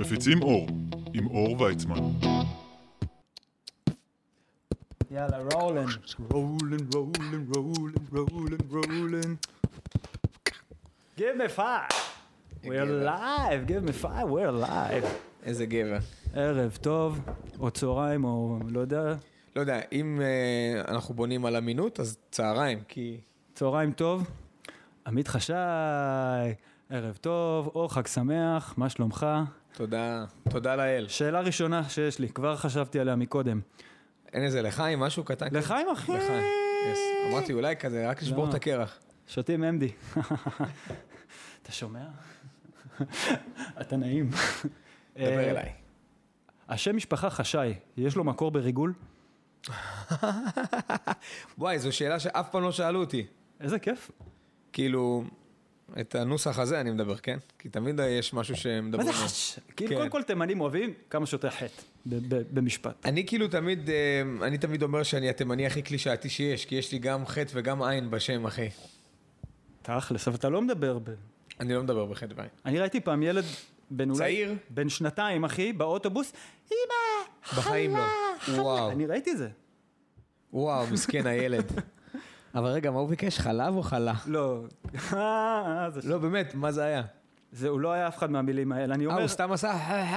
מפיצים אור, עם אור ויצמן. יאללה, רולן. רולן. Give me five. We're live. Give me five. We're live. איזה גבר. ערב טוב, או צהריים, או לא יודע. לא יודע, אם אנחנו בונים על אמינות, אז צהריים, כי... צהריים טוב. עמית חשי, ערב טוב, אור חג שמח, מה שלומך? תודה, תודה לאל. שאלה ראשונה שיש לי, כבר חשבתי עליה מקודם. אין איזה לחיים, משהו קטן? לחיים, אחי. לחיים, yes. אמרתי אולי כזה, רק לשבור את הקרח. שותים אמדי. אתה שומע? אתה נעים. דבר אליי. השם משפחה חשי, יש לו מקור בריגול? וואי, זו שאלה שאף פעם לא שאלו אותי. איזה כיף. כאילו, את הנוסח הזה אני מדבר, כן? כי תמיד יש משהו שמדבר. מה זה חש? כאילו קודם כל תימנים אוהבים כמה שיותר חטא במשפט. אני כאילו תמיד, אני תמיד אומר שאני התימני הכי קלישאתי שיש, כי יש לי גם חטא וגם עין בשם, אחי. תכלס, אבל אתה לא מדבר אני לא מדבר בחטא ועין. אני ראיתי פעם ילד צעיר? בן שנתיים, אחי, באוטובוס, אמא, בחיים לא. וואו. אני ראיתי זה. וואו, מסכן הילד. אבל רגע, מה הוא ביקש? חלב או חלה? לא. לא, באמת, מה זה היה? הוא לא היה אף אחד מהמילים האלה. אני אומר... הוא סתם עשה,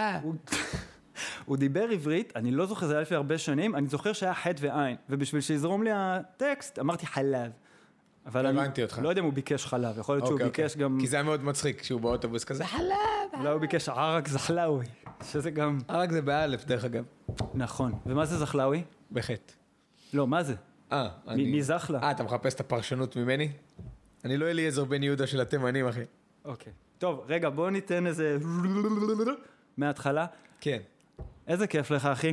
הוא דיבר עברית, אני לא זוכר, זה היה לפני הרבה שנים, אני זוכר שהיה חטא ועין, ובשביל שיזרום לי הטקסט, אמרתי חלב. אבל אני לא יודע אם הוא ביקש חלב, יכול להיות שהוא ביקש גם... כי זה היה מאוד מצחיק, כשהוא באוטובוס כזה, חלב! אולי הוא ביקש ערק זחלאוי, שזה גם... ערק זה באלף, דרך אגב. נכון, ומה זה זחלאוי? בחטא. לא, מה זה? מי זחלה? אתה מחפש את הפרשנות ממני? אני לא אליעזר בן יהודה של התימנים, אחי. אוקיי. טוב, רגע, בוא ניתן איזה... מההתחלה. כן. איזה כיף לך, אחי.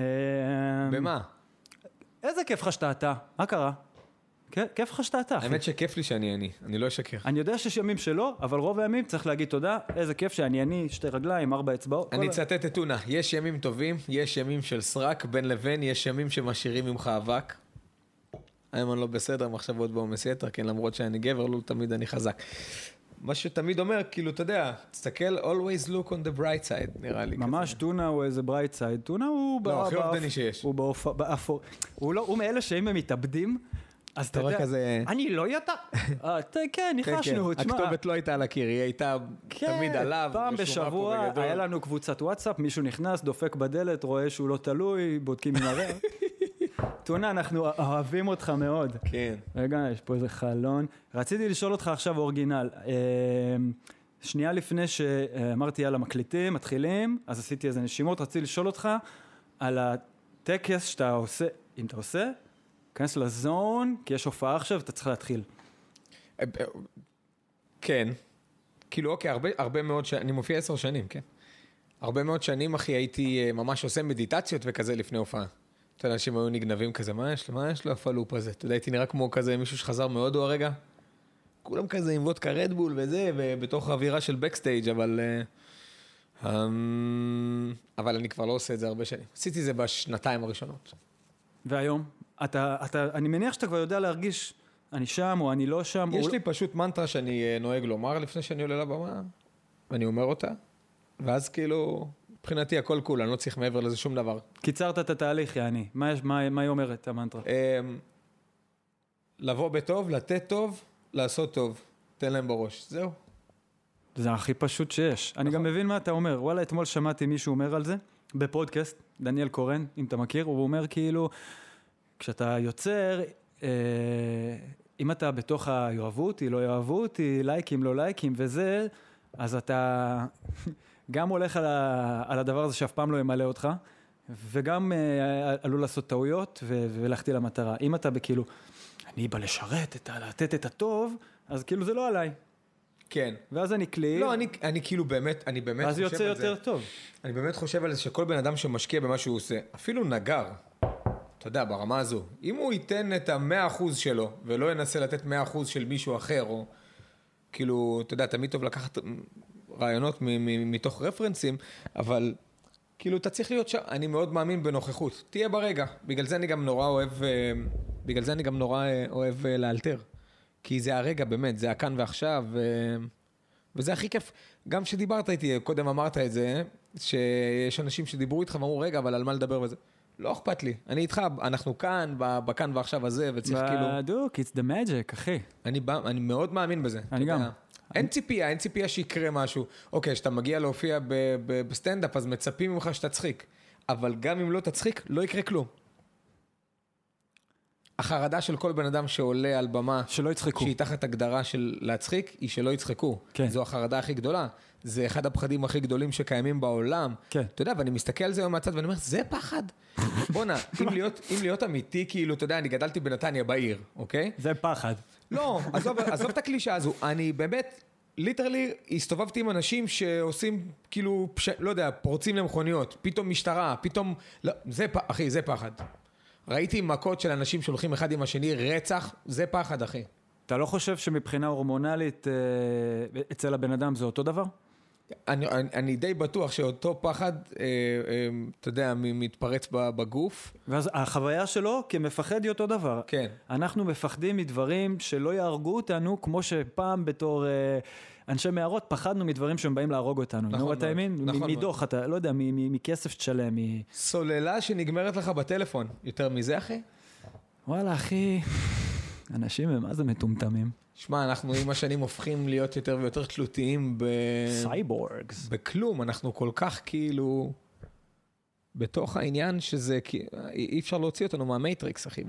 במה? איזה כיף לך שאתה אתה. מה קרה? כיף לך שאתה אתה, אחי. האמת שכיף לי אני לא אשקר. אני יודע שיש ימים שלא, אבל רוב הימים צריך להגיד תודה, איזה כיף שאני שתי רגליים, 4 אצבעות. אני אצטט את טונה, יש ימים טובים, יש ימים של סרק, בין לבין, יש ימים שמשאירים ממך אבק. היום אני לא בסדר, מחשבות בעומס יתר, כן, למרות שאני גבר, לא תמיד אני חזק. מה שתמיד אומר, כאילו, אתה יודע, תסתכל, always look on the bright side, נראה לי. ממש, טונה הוא איזה bright side, טונה הוא... לא, הכי אובדני שיש. הוא באפור. הוא מאלה שאם הם מתאבדים, אז אתה יודע, אני לא ידע. כן, ניחשנו. הכתובת לא הייתה על הקיר, היא הייתה תמיד עליו. פעם בשבוע היה לנו קבוצת וואטסאפ, מישהו נכנס, דופק בדלת, רואה שהוא לא תלוי, בודקים עם הרב. טונה, אנחנו אוהבים אותך מאוד. כן. רגע, יש פה איזה חלון. רציתי לשאול אותך עכשיו אורגינל. שנייה לפני שאמרתי על המקליטים, מתחילים, אז עשיתי איזה נשימות, רציתי לשאול אותך על הטקס שאתה עושה, אם אתה עושה, כנס לזון, כי יש הופעה עכשיו, אתה צריך להתחיל. כן. כאילו, אוקיי, הרבה מאוד אני מופיע 10 שנים, כן. הרבה מאוד שנים, אחי, הייתי ממש עושה מדיטציות וכזה לפני הופעה. אתה יודע, אנשים היו נגנבים כזה, מה יש לו הפלופ הזה? אתה יודע, הייתי נראה כמו כזה מישהו שחזר מהודו הרגע. כולם כזה עם וודקה רדבול וזה, ובתוך האווירה של בקסטייג', אבל אני כבר לא עושה את זה הרבה שנים. עשיתי זה בשנתיים הראשונות. והיום? אני מניח שאתה כבר יודע להרגיש, אני שם או אני לא שם. יש לי פשוט מנטרה שאני נוהג לומר לפני שאני עולה לבמה, ואני אומר אותה, ואז כאילו, מבחינתי הכל קול, אני לא צריך מעבר לזה שום דבר. קיצרת את התהליך, יעני. מה היא אומרת, המנטרה? לבוא בטוב, לתת טוב, לעשות טוב. תן להם בראש. זהו. זה הכי פשוט שיש. אני גם מבין מה אתה אומר. וואלה, אתמול שמעתי מישהו אומר על זה, בפודקאסט, דניאל קורן, אם אתה מכיר, הוא אומר כאילו, כשאתה יוצר, אם אתה בתוך היאהבו אותי, לא יאהבו אותי, לייקים, לא לייקים, וזה, אז אתה גם הולך על הדבר הזה שאף פעם לא ימלא אותך, וגם עלול לעשות טעויות ולכתי למטרה. אם אתה בכאילו, אני בא לשרת, לתת את הטוב, אז כאילו זה לא עליי. כן. ואז אני קליל. לא, אני כאילו באמת, אני באמת חושב על זה. אז יוצא יותר טוב. אני באמת חושב על זה שכל בן אדם שמשקיע במה שהוא עושה, אפילו נגר, אתה יודע, ברמה הזו, אם הוא ייתן את 100% שלו, ולא ינסה לתת 100% של מישהו אחר, או כאילו, אתה יודע, תמיד טוב לקחת רעיונות מתוך רפרנסים, אבל כאילו, אתה צריך להיות שם, אני מאוד מאמין בנוכחות, תהיה ברגע, בגלל זה אני גם נורא אוהב לאלתר, כי זה הרגע באמת, זה הכאן ועכשיו, וזה הכי כיף, גם שדיברת איתי, קודם אמרת את זה, שיש אנשים שדיברו איתך ואמרו, רגע, אבל על מה לדבר וזה? לא אכפת לי, אני איתך, אנחנו כאן, בכאן ועכשיו הזה, וצריך כאילו... בדיוק, it's the magic, אחי. אני מאוד מאמין בזה. אני גם. אין ציפייה שיקרה משהו. אוקיי, שאתה מגיע להופיע בסטנדאפ, אז מצפים ממך שתצחיק. אבל גם אם לא תצחיק, לא יקרה כלום. החרדה של כל בן אדם שעולה על במה, שלא יצחקו. שהיא תחת הגדרה של להצחיק, היא שלא יצחקו. כן. זו החרדה הכי גדולה. זה אחד הפחדים הכי גדולים שקיימים בעולם. כן. אתה יודע, ואני מסתכל על זה מהצד ואני אומר, זה פחד. בוא'נה, אם להיות אמיתי, כאילו, אתה יודע, אני גדלתי בנתניה בעיר, אוקיי? זה פחד. לא, עזוב את הקלישה הזו. אני באמת, ליטרלי, הסתובבתי עם אנשים שעושים, כאילו, לא יודע, פורצים למכוניות, פתאום משטרה, פתאום... לא, אחי, זה פחד. ראיתי מכות של אנשים שהולכים אחד עם השני, רצח, זה פחד, אחי. אתה לא חושב שמבחינה הורמונלית אצל הבן אדם זה אותו דבר? אני די בטוח שאותו פחד, אתה יודע, מתפרץ בגוף. ואז החוויה שלו כמפחד היא אותו דבר. כן. אנחנו מפחדים מדברים שלא יהרגו אותנו, כמו שפעם בתור אנשי מערות פחדנו מדברים שהם באים להרוג אותנו. נכון אתה מבין? מדוח, אתה לא יודע, מכסף שתשלם. סוללה שנגמרת לך בטלפון. יותר מזה, אחי? וואלה, אחי, אנשים הם מה זה מטומטמים. שמע, אנחנו עם השנים הופכים להיות יותר ויותר תלותיים סייבורגס. בכלום, אנחנו כל כך כאילו בתוך העניין שזה, אי אפשר להוציא אותנו מהמייטריקס, אחי,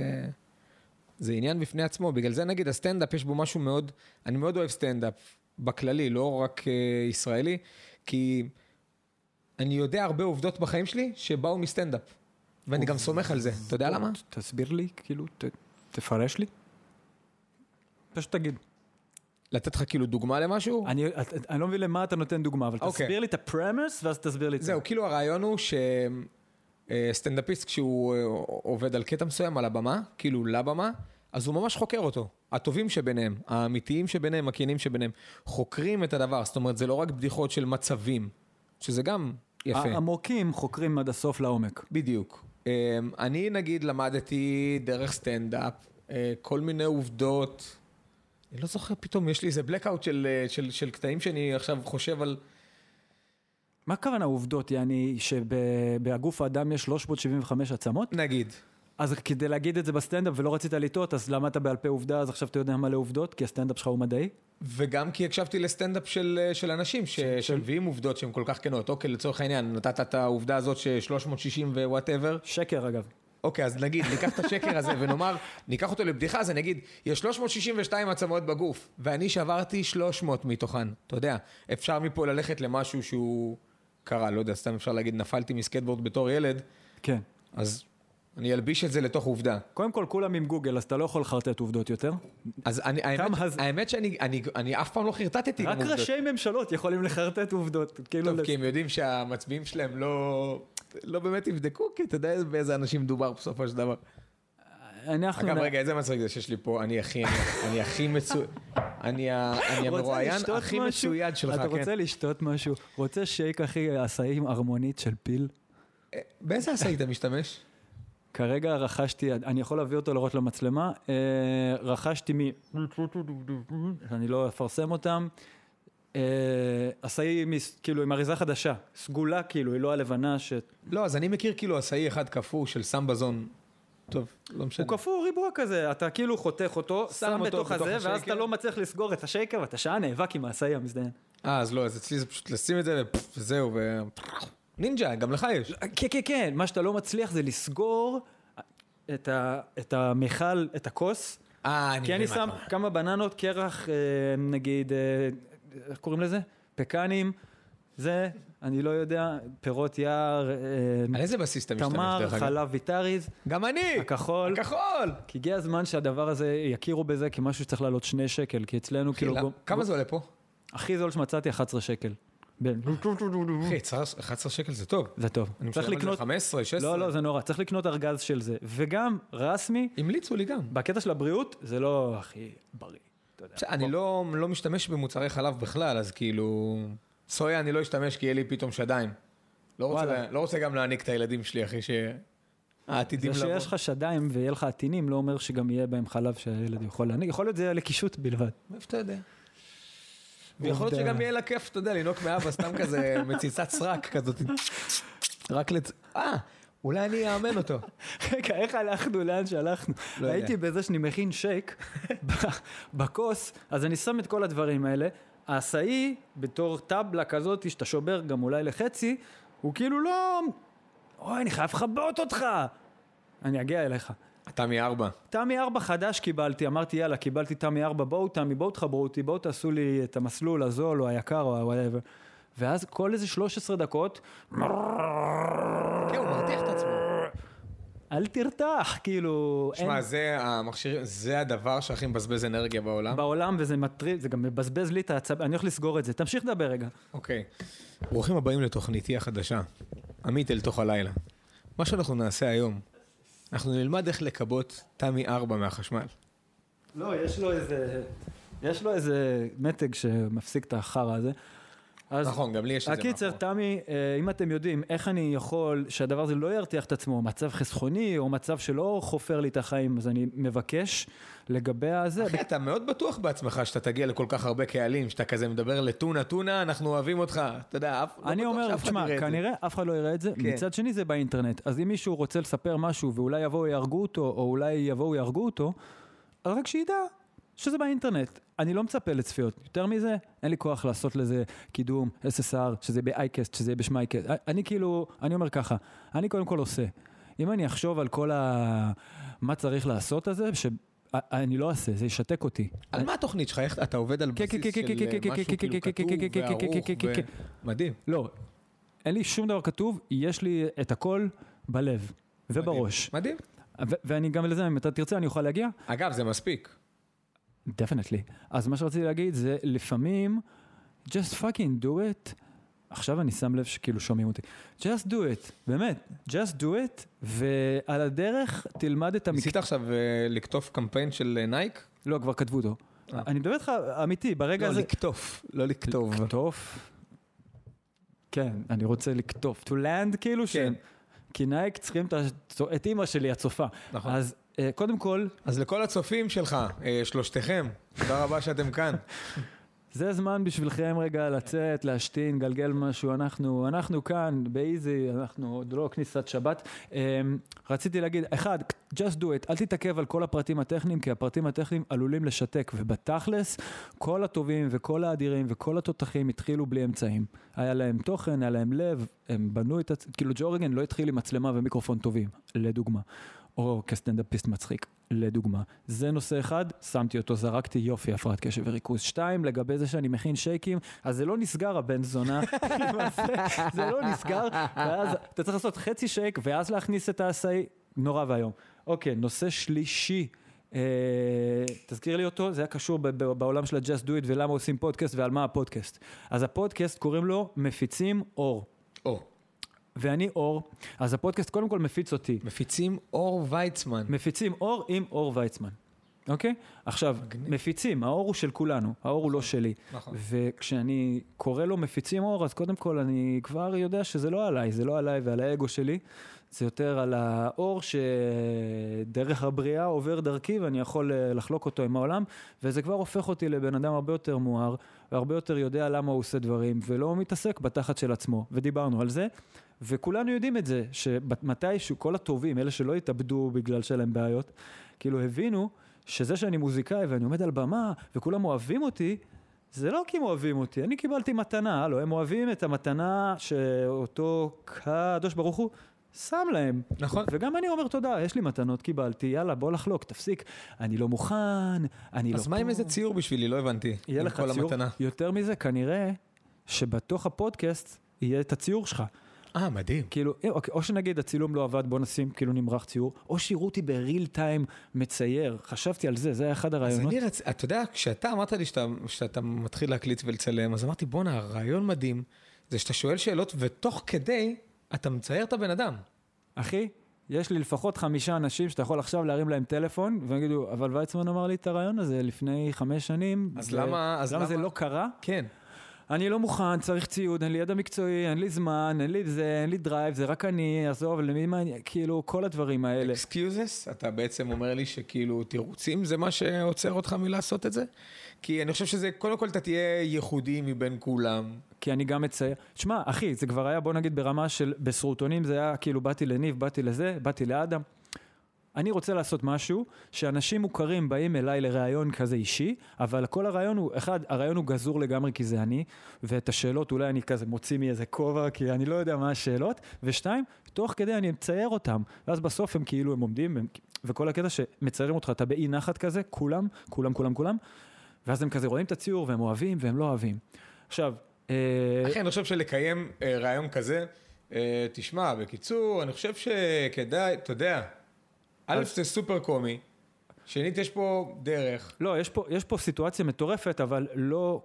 וזה עניין בפני עצמו. בגלל זה נגיד הסטנדאפ יש בו משהו מאוד, אני מאוד אוהב סטנדאפ בכללי, לא רק ישראלי, כי אני יודע הרבה עובדות בחיים שלי שבאו מסטנדאפ, ואני גם סומך על זה. אתה יודע למה? תסביר לי, כאילו, תפרש לי. פשוט תגיד. לתת לך כאילו דוגמה למשהו? אני לא מבין למה אתה נותן דוגמה, אבל תסביר לי את הפרמס, ואז תסביר לי את זה. זהו, כאילו הרעיון הוא שסטנדאפיסט כשהוא עובד על קטע מסוים על הבמה, כאילו לבמה, אז הוא ממש חוקר אותו. הטובים שביניהם, האמיתיים שביניהם, הכנים שביניהם, חוקרים את הדבר. זאת אומרת, זה לא רק בדיחות של מצבים, שזה גם יפה. העמוקים חוקרים עד הסוף לעומק. בדיוק. אני נגיד למדתי דרך סטנדאפ, כל מיני עובדות, אני לא זוכר, פתאום יש לי איזה בלקאוט של קטעים שאני עכשיו חושב על... מה הכוונה העובדות? יעני שבגוף האדם יש 375 עצמות? נגיד. אז כדי להגיד את זה בסטנדאפ ולא רצית לטעות, אז למדת בעל פה עובדה, אז עכשיו אתה יודע מה לעובדות, כי הסטנדאפ שלך הוא מדעי? וגם כי הקשבתי לסטנדאפ של אנשים שמביאים עובדות שהן כל כך כנות. אוקיי, לצורך העניין, נתת את העובדה הזאת ש-360 ווואטאבר. שקר אגב. אוקיי, אז נגיד, ניקח את השקר הזה ונאמר, ניקח אותו לבדיחה, אז אני אגיד, יש 362 עצמות בגוף, ואני שברתי 300 מתוכן. אתה יודע, אפשר מפה ללכת למשהו שהוא קרה, לא יודע, סתם אפשר להגיד, נפלתי מסקטבורד בתור ילד. כן. אז אני אלביש את זה לתוך עובדה. קודם כל, כולם עם גוגל, אז אתה לא יכול לחרטט עובדות יותר. אז האמת שאני אף פעם לא חרטטתי רק ראשי ממשלות יכולים לחרטט עובדות. טוב, כי הם יודעים שהמצביעים שלהם לא באמת יבדקו, כי אתה יודע באיזה אנשים מדובר בסופו של דבר. אגב, רגע, איזה מצחיק זה שיש לי פה, אני הכי מצוין, אני המרואיין הכי מצוין שלך. אתה רוצה לשתות משהו? רוצה שייק הכי עשאי עם הרמונית של פיל? באיזה עשאי אתה משתמש? כרגע רכשתי, אני יכול להביא אותו לראות למצלמה, רכשתי אני לא אפרסם אותם, עשאי כאילו עם אריזה חדשה, סגולה כאילו, היא לא הלבנה ש... לא, אז אני מכיר כאילו עשאי אחד קפוא של סמבזון, טוב, לא משנה. הוא קפוא ריבוע כזה, אתה כאילו חותך אותו, שם בתוך הזה, ואז אתה לא מצליח לסגור את השייקר, ואתה שעה נאבק עם העשאי המזדיין. אז לא, אז אצלי זה פשוט לשים את זה וזהו, נינג'ה, גם לך יש. כן, כן, כן, מה שאתה לא מצליח זה לסגור את המכל, את הכוס, כי אני שם כמה בננות, קרח, נגיד, איך קוראים לזה? פקנים, זה, אני לא יודע, פירות יער, על איזה בסיס אתה משתמש תמר, חלב ויטריז. גם אני! הכחול. הכחול! כי הגיע הזמן שהדבר הזה יכירו בזה כמשהו שצריך לעלות 2 שקל, כי אצלנו כאילו... כמה זה עולה פה? הכי זול שמצאתי 11 שקל. אחי, 11 שקל זה טוב. זה טוב. אני משלם על זה 15, 16. לא, זה נורא. צריך לקנות ארגז של זה. וגם, רסמי, המליצו לי גם. בקטע של הבריאות, זה לא הכי בריא. אני לא משתמש במוצרי חלב בכלל, אז כאילו... סויה אני לא אשתמש כי יהיה לי פתאום שדיים. לא רוצה גם להעניק את הילדים שלי, אחי, שהעתידים לבוא. זה שיש לך שדיים ויהיה לך עטינים, לא אומר שגם יהיה בהם חלב שהילד יכול להעניק. יכול להיות זה לקישוט בלבד. איפה אתה יודע? ויכול להיות שגם יהיה לה כיף, אתה יודע, לנוק מאבא, סתם כזה מציצת סרק כזאת. רק אולי אני אאמן אותו. רגע, איך הלכנו? לאן שהלכנו? הייתי בזה שאני מכין שייק בכוס, אז אני שם את כל הדברים האלה. העשאי, בתור טבלה כזאת, שאתה שובר גם אולי לחצי, הוא כאילו לא... אוי, אני חייב לחבות אותך. אני אגיע אליך. תמי 4. תמי 4 חדש קיבלתי, אמרתי יאללה, קיבלתי תמי 4, בואו תמי, בואו תחברו אותי, בואו תעשו לי את המסלול הזול או היקר או whatever. ואז כל איזה 13 דקות, כן, הוא מרתיח את עצמו. אל תרתח, כאילו... שמע, זה המכשיר, זה הדבר שהכי מבזבז אנרגיה בעולם. בעולם, וזה מטריד, זה גם מבזבז לי את העצב, אני הולך לסגור את זה. תמשיך לדבר רגע. אוקיי. ברוכים הבאים לתוכניתי החדשה. עמית אל תוך הלילה. מה שאנחנו נעשה היום, אנחנו נלמד איך לקבות תמי 4 מהחשמל. לא, יש לו איזה מתג שמפסיק את החרא הזה. נכון, גם לי יש את זה. הקיצר, תמי, אם אתם יודעים איך אני יכול שהדבר הזה לא ירתיח את עצמו, מצב חסכוני או מצב שלא חופר לי את החיים, אז אני מבקש לגבי הזה. אחי, אתה מאוד בטוח בעצמך שאתה תגיע לכל כך הרבה קהלים, שאתה כזה מדבר לטונה, אנחנו אוהבים אותך. אתה יודע, אני אומר, תשמע, כנראה אף אחד לא יראה את זה, מצד שני זה באינטרנט. אז אם מישהו רוצה לספר משהו ואולי יבואו יהרגו אותו, או אולי יבואו יהרגו אותו, אז רק שידע שזה באינטרנט. אני לא מצפה לצפיות. יותר מזה, אין לי כוח לעשות לזה קידום, SSR, שזה ב-iCast, שזה בשמייקסט. אני אומר ככה, אני קודם כל עושה. אם אני אחשוב על כל מה צריך לעשות הזה, אני לא אעשה, זה ישתק אותי. על מה התוכנית שלך? איך אתה עובד על בסיס של משהו כאילו כתוב וערוך מדהים. לא, אין לי שום דבר כתוב, יש לי את הכל בלב ובראש. מדהים. ואני גם לזה, אם אתה תרצה, אני אוכל להגיע. אגב, זה מספיק. Definitely. אז מה שרציתי להגיד זה לפעמים, just fucking do it. עכשיו אני שם לב שכאילו שומעים אותי. Just do it, באמת. Just do it, ועל הדרך תלמד את ניסית עכשיו לקטוף קמפיין של נייק? לא, כבר כתבו אותו. אני מדבר איתך אמיתי, ברגע הזה... לא, לקטוף, לא לכתוב. לקטוף? כן, אני רוצה לקטוף. To land כאילו כן. כי נייק צריכים את אמא שלי, הצופה. נכון. אז קודם כל... אז לכל הצופים שלך, שלושתכם, תודה רבה שאתם כאן. זה זמן בשבילכם רגע לצאת, להשתין, גלגל משהו, אנחנו כאן, באיזי, אנחנו עוד לא כניסת שבת. רציתי להגיד, אחד, just do it, אל תתעכב על כל הפרטים הטכניים, כי הפרטים הטכניים עלולים לשתק, ובתכלס, כל הטובים וכל האדירים וכל התותחים התחילו בלי אמצעים. היה להם תוכן, היה להם לב, הם בנו את... כאילו ג'ו רוגן לא התחיל עם מצלמה ומיקרופון טובים, לדוגמה. או כסטנדאפיסט מצחיק, לדוגמה. זה נושא אחד, שמתי אותו, זרקתי, יופי, הפרעת קשב וריכוז. 2, לגבי זה שאני מכין שייקים, אז זה לא נסגר הבן זונה, זה לא נסגר, ואז אתה צריך לעשות חצי שייק, ואז להכניס את העשאי, נורא והיום. אוקיי, נושא שלישי, תזכיר לי אותו, זה היה קשור בעולם של ה-Just Do It, ולמה עושים פודקאסט, ועל מה הפודקאסט. אז הפודקאסט קוראים לו מפיצים אור. אור. ואני אור, אז הפודקאסט קודם כל מפיץ אותי. מפיצים אור ויצמן. מפיצים אור עם אור ויצמן. אוקיי? עכשיו, מפיצים, האור הוא של כולנו, האור הוא לא שלי. נכון. וכשאני קורא לו מפיצים אור, אז קודם כל אני כבר יודע שזה לא עליי, זה לא עליי ועל האגו שלי, זה יותר על האור שדרך הבריאה עובר דרכי, ואני יכול לחלוק אותו עם העולם, וזה כבר הופך אותי לבן אדם הרבה יותר מואר, והרבה יותר יודע למה הוא עושה דברים, ולא מתעסק בתחת של עצמו. ודיברנו על זה, וכולנו יודעים את זה, שמתישהו כל הטובים, אלה שלא התאבדו בגלל שלהם בעיות, כאילו הבינו שזה שאני מוזיקאי ואני עומד על במה, וכולם אוהבים אותי, זה לא כי הם אוהבים אותי, אני קיבלתי מתנה, לא, הם אוהבים את המתנה שאותו קדוש ברוך הוא שם להם. נכון. וגם אני אומר תודה, יש לי מתנות, קיבלתי, יאללה, בוא לחלוק, תפסיק, אני לא מוכן, אני לא פה. אז מה עם איזה ציור בשבילי? לא הבנתי. יהיה לך ציור, יותר מזה, כנראה שבתוך הפודקאסט יהיה את הציור שלך. מדהים. כאילו, או שנגיד הצילום לא עבד, בוא נשים כאילו נמרח ציור, או שיראו אותי בריל טיים מצייר, חשבתי על זה, זה היה אחד הרעיונות. אז אתה יודע, כשאתה אמרת לי שאתה מתחיל להקליט ולצלם, אז אמרתי, בונה, הרעיון מדהים, זה שאתה שואל שאלות, ותוך כדי אתה מצייר את הבן אדם. אחי, יש לי לפחות 5 אנשים שאתה יכול עכשיו להרים להם טלפון, ויגידו, אבל ויצמן אמר לי את הרעיון הזה לפני 5 שנים. אז למה זה לא קרה? כן. אני לא מוכן, צריך ציוד, אין לי ידע מקצועי, אין לי זמן, אין לי זה, אין לי דרייב, זה רק אני, עזוב, למי מה, כאילו, כל הדברים האלה. excuses? אתה בעצם אומר לי שכאילו תירוצים זה מה שעוצר אותך מלעשות את זה? כי אני חושב שזה, קודם כל אתה תהיה ייחודי מבין כולם. כי אני גם מצייר, תשמע, אחי, זה כבר היה, בוא נגיד, ברמה של, בסרוטונים זה היה, כאילו, באתי לניב, באתי לזה, באתי לאדם. אני רוצה לעשות משהו, שאנשים מוכרים באים אליי לראיון כזה אישי, אבל כל הרעיון הוא, אחד, הרעיון הוא גזור לגמרי כי זה אני, ואת השאלות אולי אני כזה מוציא מאיזה כובע, כי אני לא יודע מה השאלות, ושתיים, תוך כדי אני מצייר אותם, ואז בסוף הם כאילו, הם עומדים, וכל הקטע שמציירים אותך, אתה באי נחת כזה, כולם, ואז הם כזה רואים את הציור, והם אוהבים, והם לא אוהבים. עכשיו, אחי, אני חושב שלקיים רעיון כזה, תשמע, בקיצור, אני חושב שכדאי, אתה יודע, א' זה סופר קומי, שנית יש פה דרך. לא, יש פה סיטואציה מטורפת, אבל לא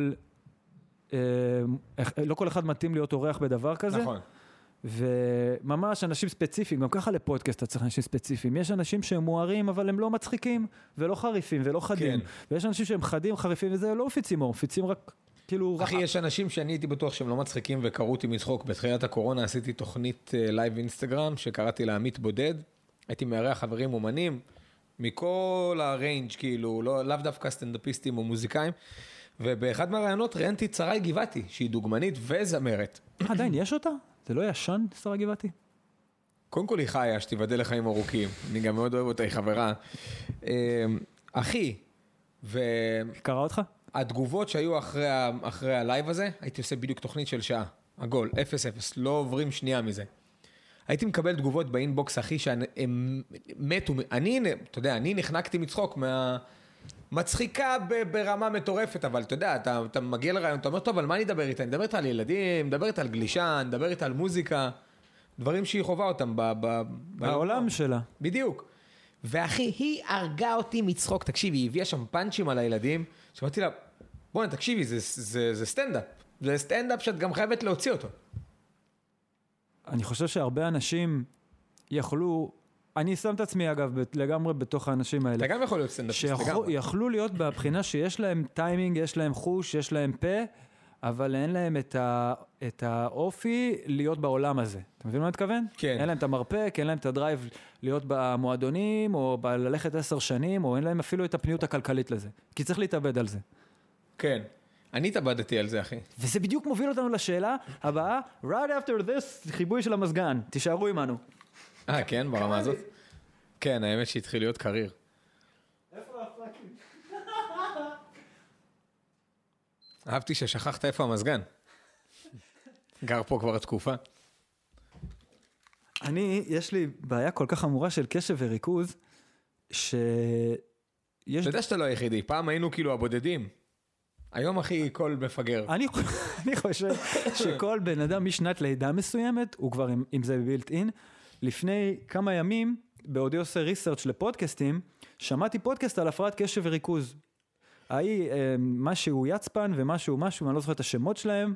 כל אחד מתאים להיות אורח בדבר כזה. נכון. וממש אנשים ספציפיים, גם ככה לפודקאסט אתה צריך אנשים ספציפיים. יש אנשים שהם מוארים, אבל הם לא מצחיקים, ולא חריפים, ולא חדים. כן. ויש אנשים שהם חדים, חריפים, וזה לא מפיצים, מפיצים רק, כאילו... אחי, יש אנשים שאני הייתי בטוח שהם לא מצחיקים וקראו אותי מצחוק. בתחילת הקורונה עשיתי תוכנית לייב אינסטגרם, שקראתי לה עמית בודד. הייתי מארח חברים אומנים, מכל הריינג' כאילו, לאו דווקא סטנדאפיסטים או מוזיקאים, ובאחד מהרעיונות ראיינתי את שרי גבעתי, שהיא דוגמנית וזמרת. עדיין יש אותה? זה לא ישן, שרי גבעתי? קודם כל היא חיה, שתיבדל לחיים ארוכים. אני גם מאוד אוהב אותה, היא חברה. אחי, קרא אותך? התגובות שהיו אחרי הלייב הזה, הייתי עושה בדיוק תוכנית של שעה, עגול, 0-0, לא עוברים שנייה מזה. הייתי מקבל תגובות באינבוקס, אחי, שהם מתו, אתה יודע, אני נחנקתי מצחוק מצחיקה ברמה מטורפת, אבל אתה יודע, אתה מגיע לרעיון, אתה אומר, טוב, אבל מה אני אדבר איתה? אני מדבר איתה על ילדים, מדבר איתה על גלישה, אני מדבר איתה על מוזיקה, דברים שהיא חובה אותם בעולם שלה. בדיוק. ואחי, היא הרגה אותי מצחוק, תקשיבי, היא הביאה שם פאנצ'ים על הילדים, שאמרתי לה, בואי, תקשיבי, זה סטנדאפ. זה סטנדאפ שאת גם חייבת להוציא אותו. אני חושב שהרבה אנשים יכלו, אני שם את עצמי אגב לגמרי בתוך האנשים האלה. אתה גם יכול להיות סטנדאפיסט לגמרי. שיכלו להיות בבחינה שיש להם טיימינג, יש להם חוש, יש להם פה, אבל אין להם את האופי להיות בעולם הזה. אתה מבין מה אני מתכוון? כן. אין להם את המרפק, אין להם את הדרייב להיות במועדונים, או ללכת 10 שנים, או אין להם אפילו את הפניות הכלכלית לזה. כי צריך להתאבד על זה. כן. אני התאבדתי על זה, אחי. וזה בדיוק מוביל אותנו לשאלה הבאה, right after this, חיבוי של המזגן. תישארו עמנו. כן, ברמה הזאת? כן, האמת שהתחיל להיות קריר. איפה הפאקים? אהבתי ששכחת איפה המזגן. גר פה כבר תקופה. יש לי בעיה כל כך חמורה של קשב וריכוז, אתה יודע שאתה לא היחידי, פעם היינו כאילו הבודדים. היום אחי כל מפגר. אני חושב שכל בן אדם משנת לידה מסוימת, הוא כבר עם זה בילט אין. לפני כמה ימים, בעודי עושה ריסרצ' לפודקאסטים, שמעתי פודקאסט על הפרעת קשב וריכוז. משהו יצפן ומשהו, אני לא זוכר את השמות שלהם,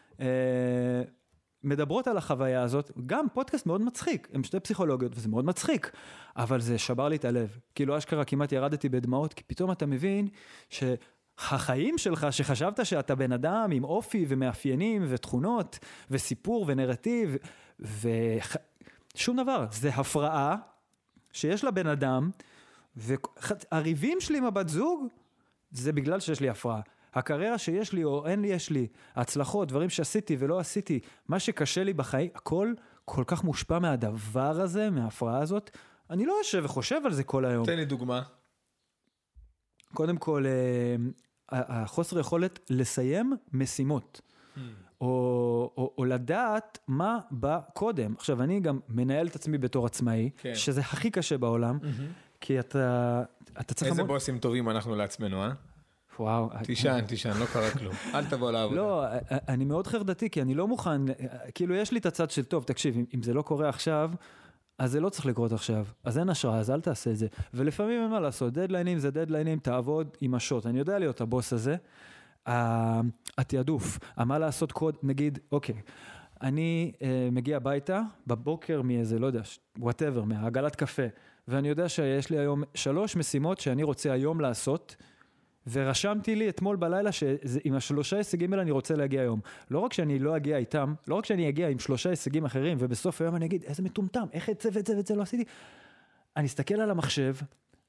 מדברות על החוויה הזאת, גם פודקאסט מאוד מצחיק, הם שתי פסיכולוגיות, וזה מאוד מצחיק, אבל זה שבר לי את הלב. כאילו אשכרה כמעט ירדתי בדמעות, כי פתאום אתה מבין החיים שלך, שחשבת שאתה בן אדם עם אופי ומאפיינים ותכונות וסיפור ונרטיב ושום דבר, זה הפרעה שיש לה בן אדם, והריבים שלי עם הבת זוג זה בגלל שיש לי הפרעה. הקריירה שיש לי או אין לי, יש לי, ההצלחות, דברים שעשיתי ולא עשיתי, מה שקשה לי בחיים, הכל כל כך מושפע מהדבר הזה, מההפרעה הזאת. אני לא יושב וחושב על זה כל היום. תן לי דוגמה. קודם כל, החוסר יכולת לסיים משימות, או לדעת מה בא קודם. עכשיו, אני גם מנהל את עצמי בתור עצמאי, שזה הכי קשה בעולם, כי אתה צריך... איזה בוסים טובים אנחנו לעצמנו, אה? וואו. תישן, לא קרה כלום. אל תבוא לעבודה. לא, אני מאוד חרדתי, כי אני לא מוכן, כאילו יש לי את הצד של טוב, תקשיב, אם זה לא קורה עכשיו, אז זה לא צריך לקרות עכשיו, אז אין השראה, אז אל תעשה את זה. ולפעמים אין מה לעשות, דדליינים זה דדליינים, תעבוד עם השוט. אני יודע להיות הבוס הזה, התיעדוף, מה לעשות קוד, נגיד, אוקיי, אני מגיע הביתה, בבוקר מאיזה, לא יודע, whatever, מהעגלת קפה, ואני יודע שיש לי היום 3 משימות שאני רוצה היום לעשות, ורשמתי לי אתמול בלילה שעם 3 הישגים האלה אני רוצה להגיע היום. לא רק שאני לא אגיע איתם, לא רק שאני אגיע עם 3 הישגים אחרים, ובסוף היום אני אגיד, איזה מטומטם, איך את זה ואת זה ואת זה לא עשיתי. אני אסתכל על המחשב,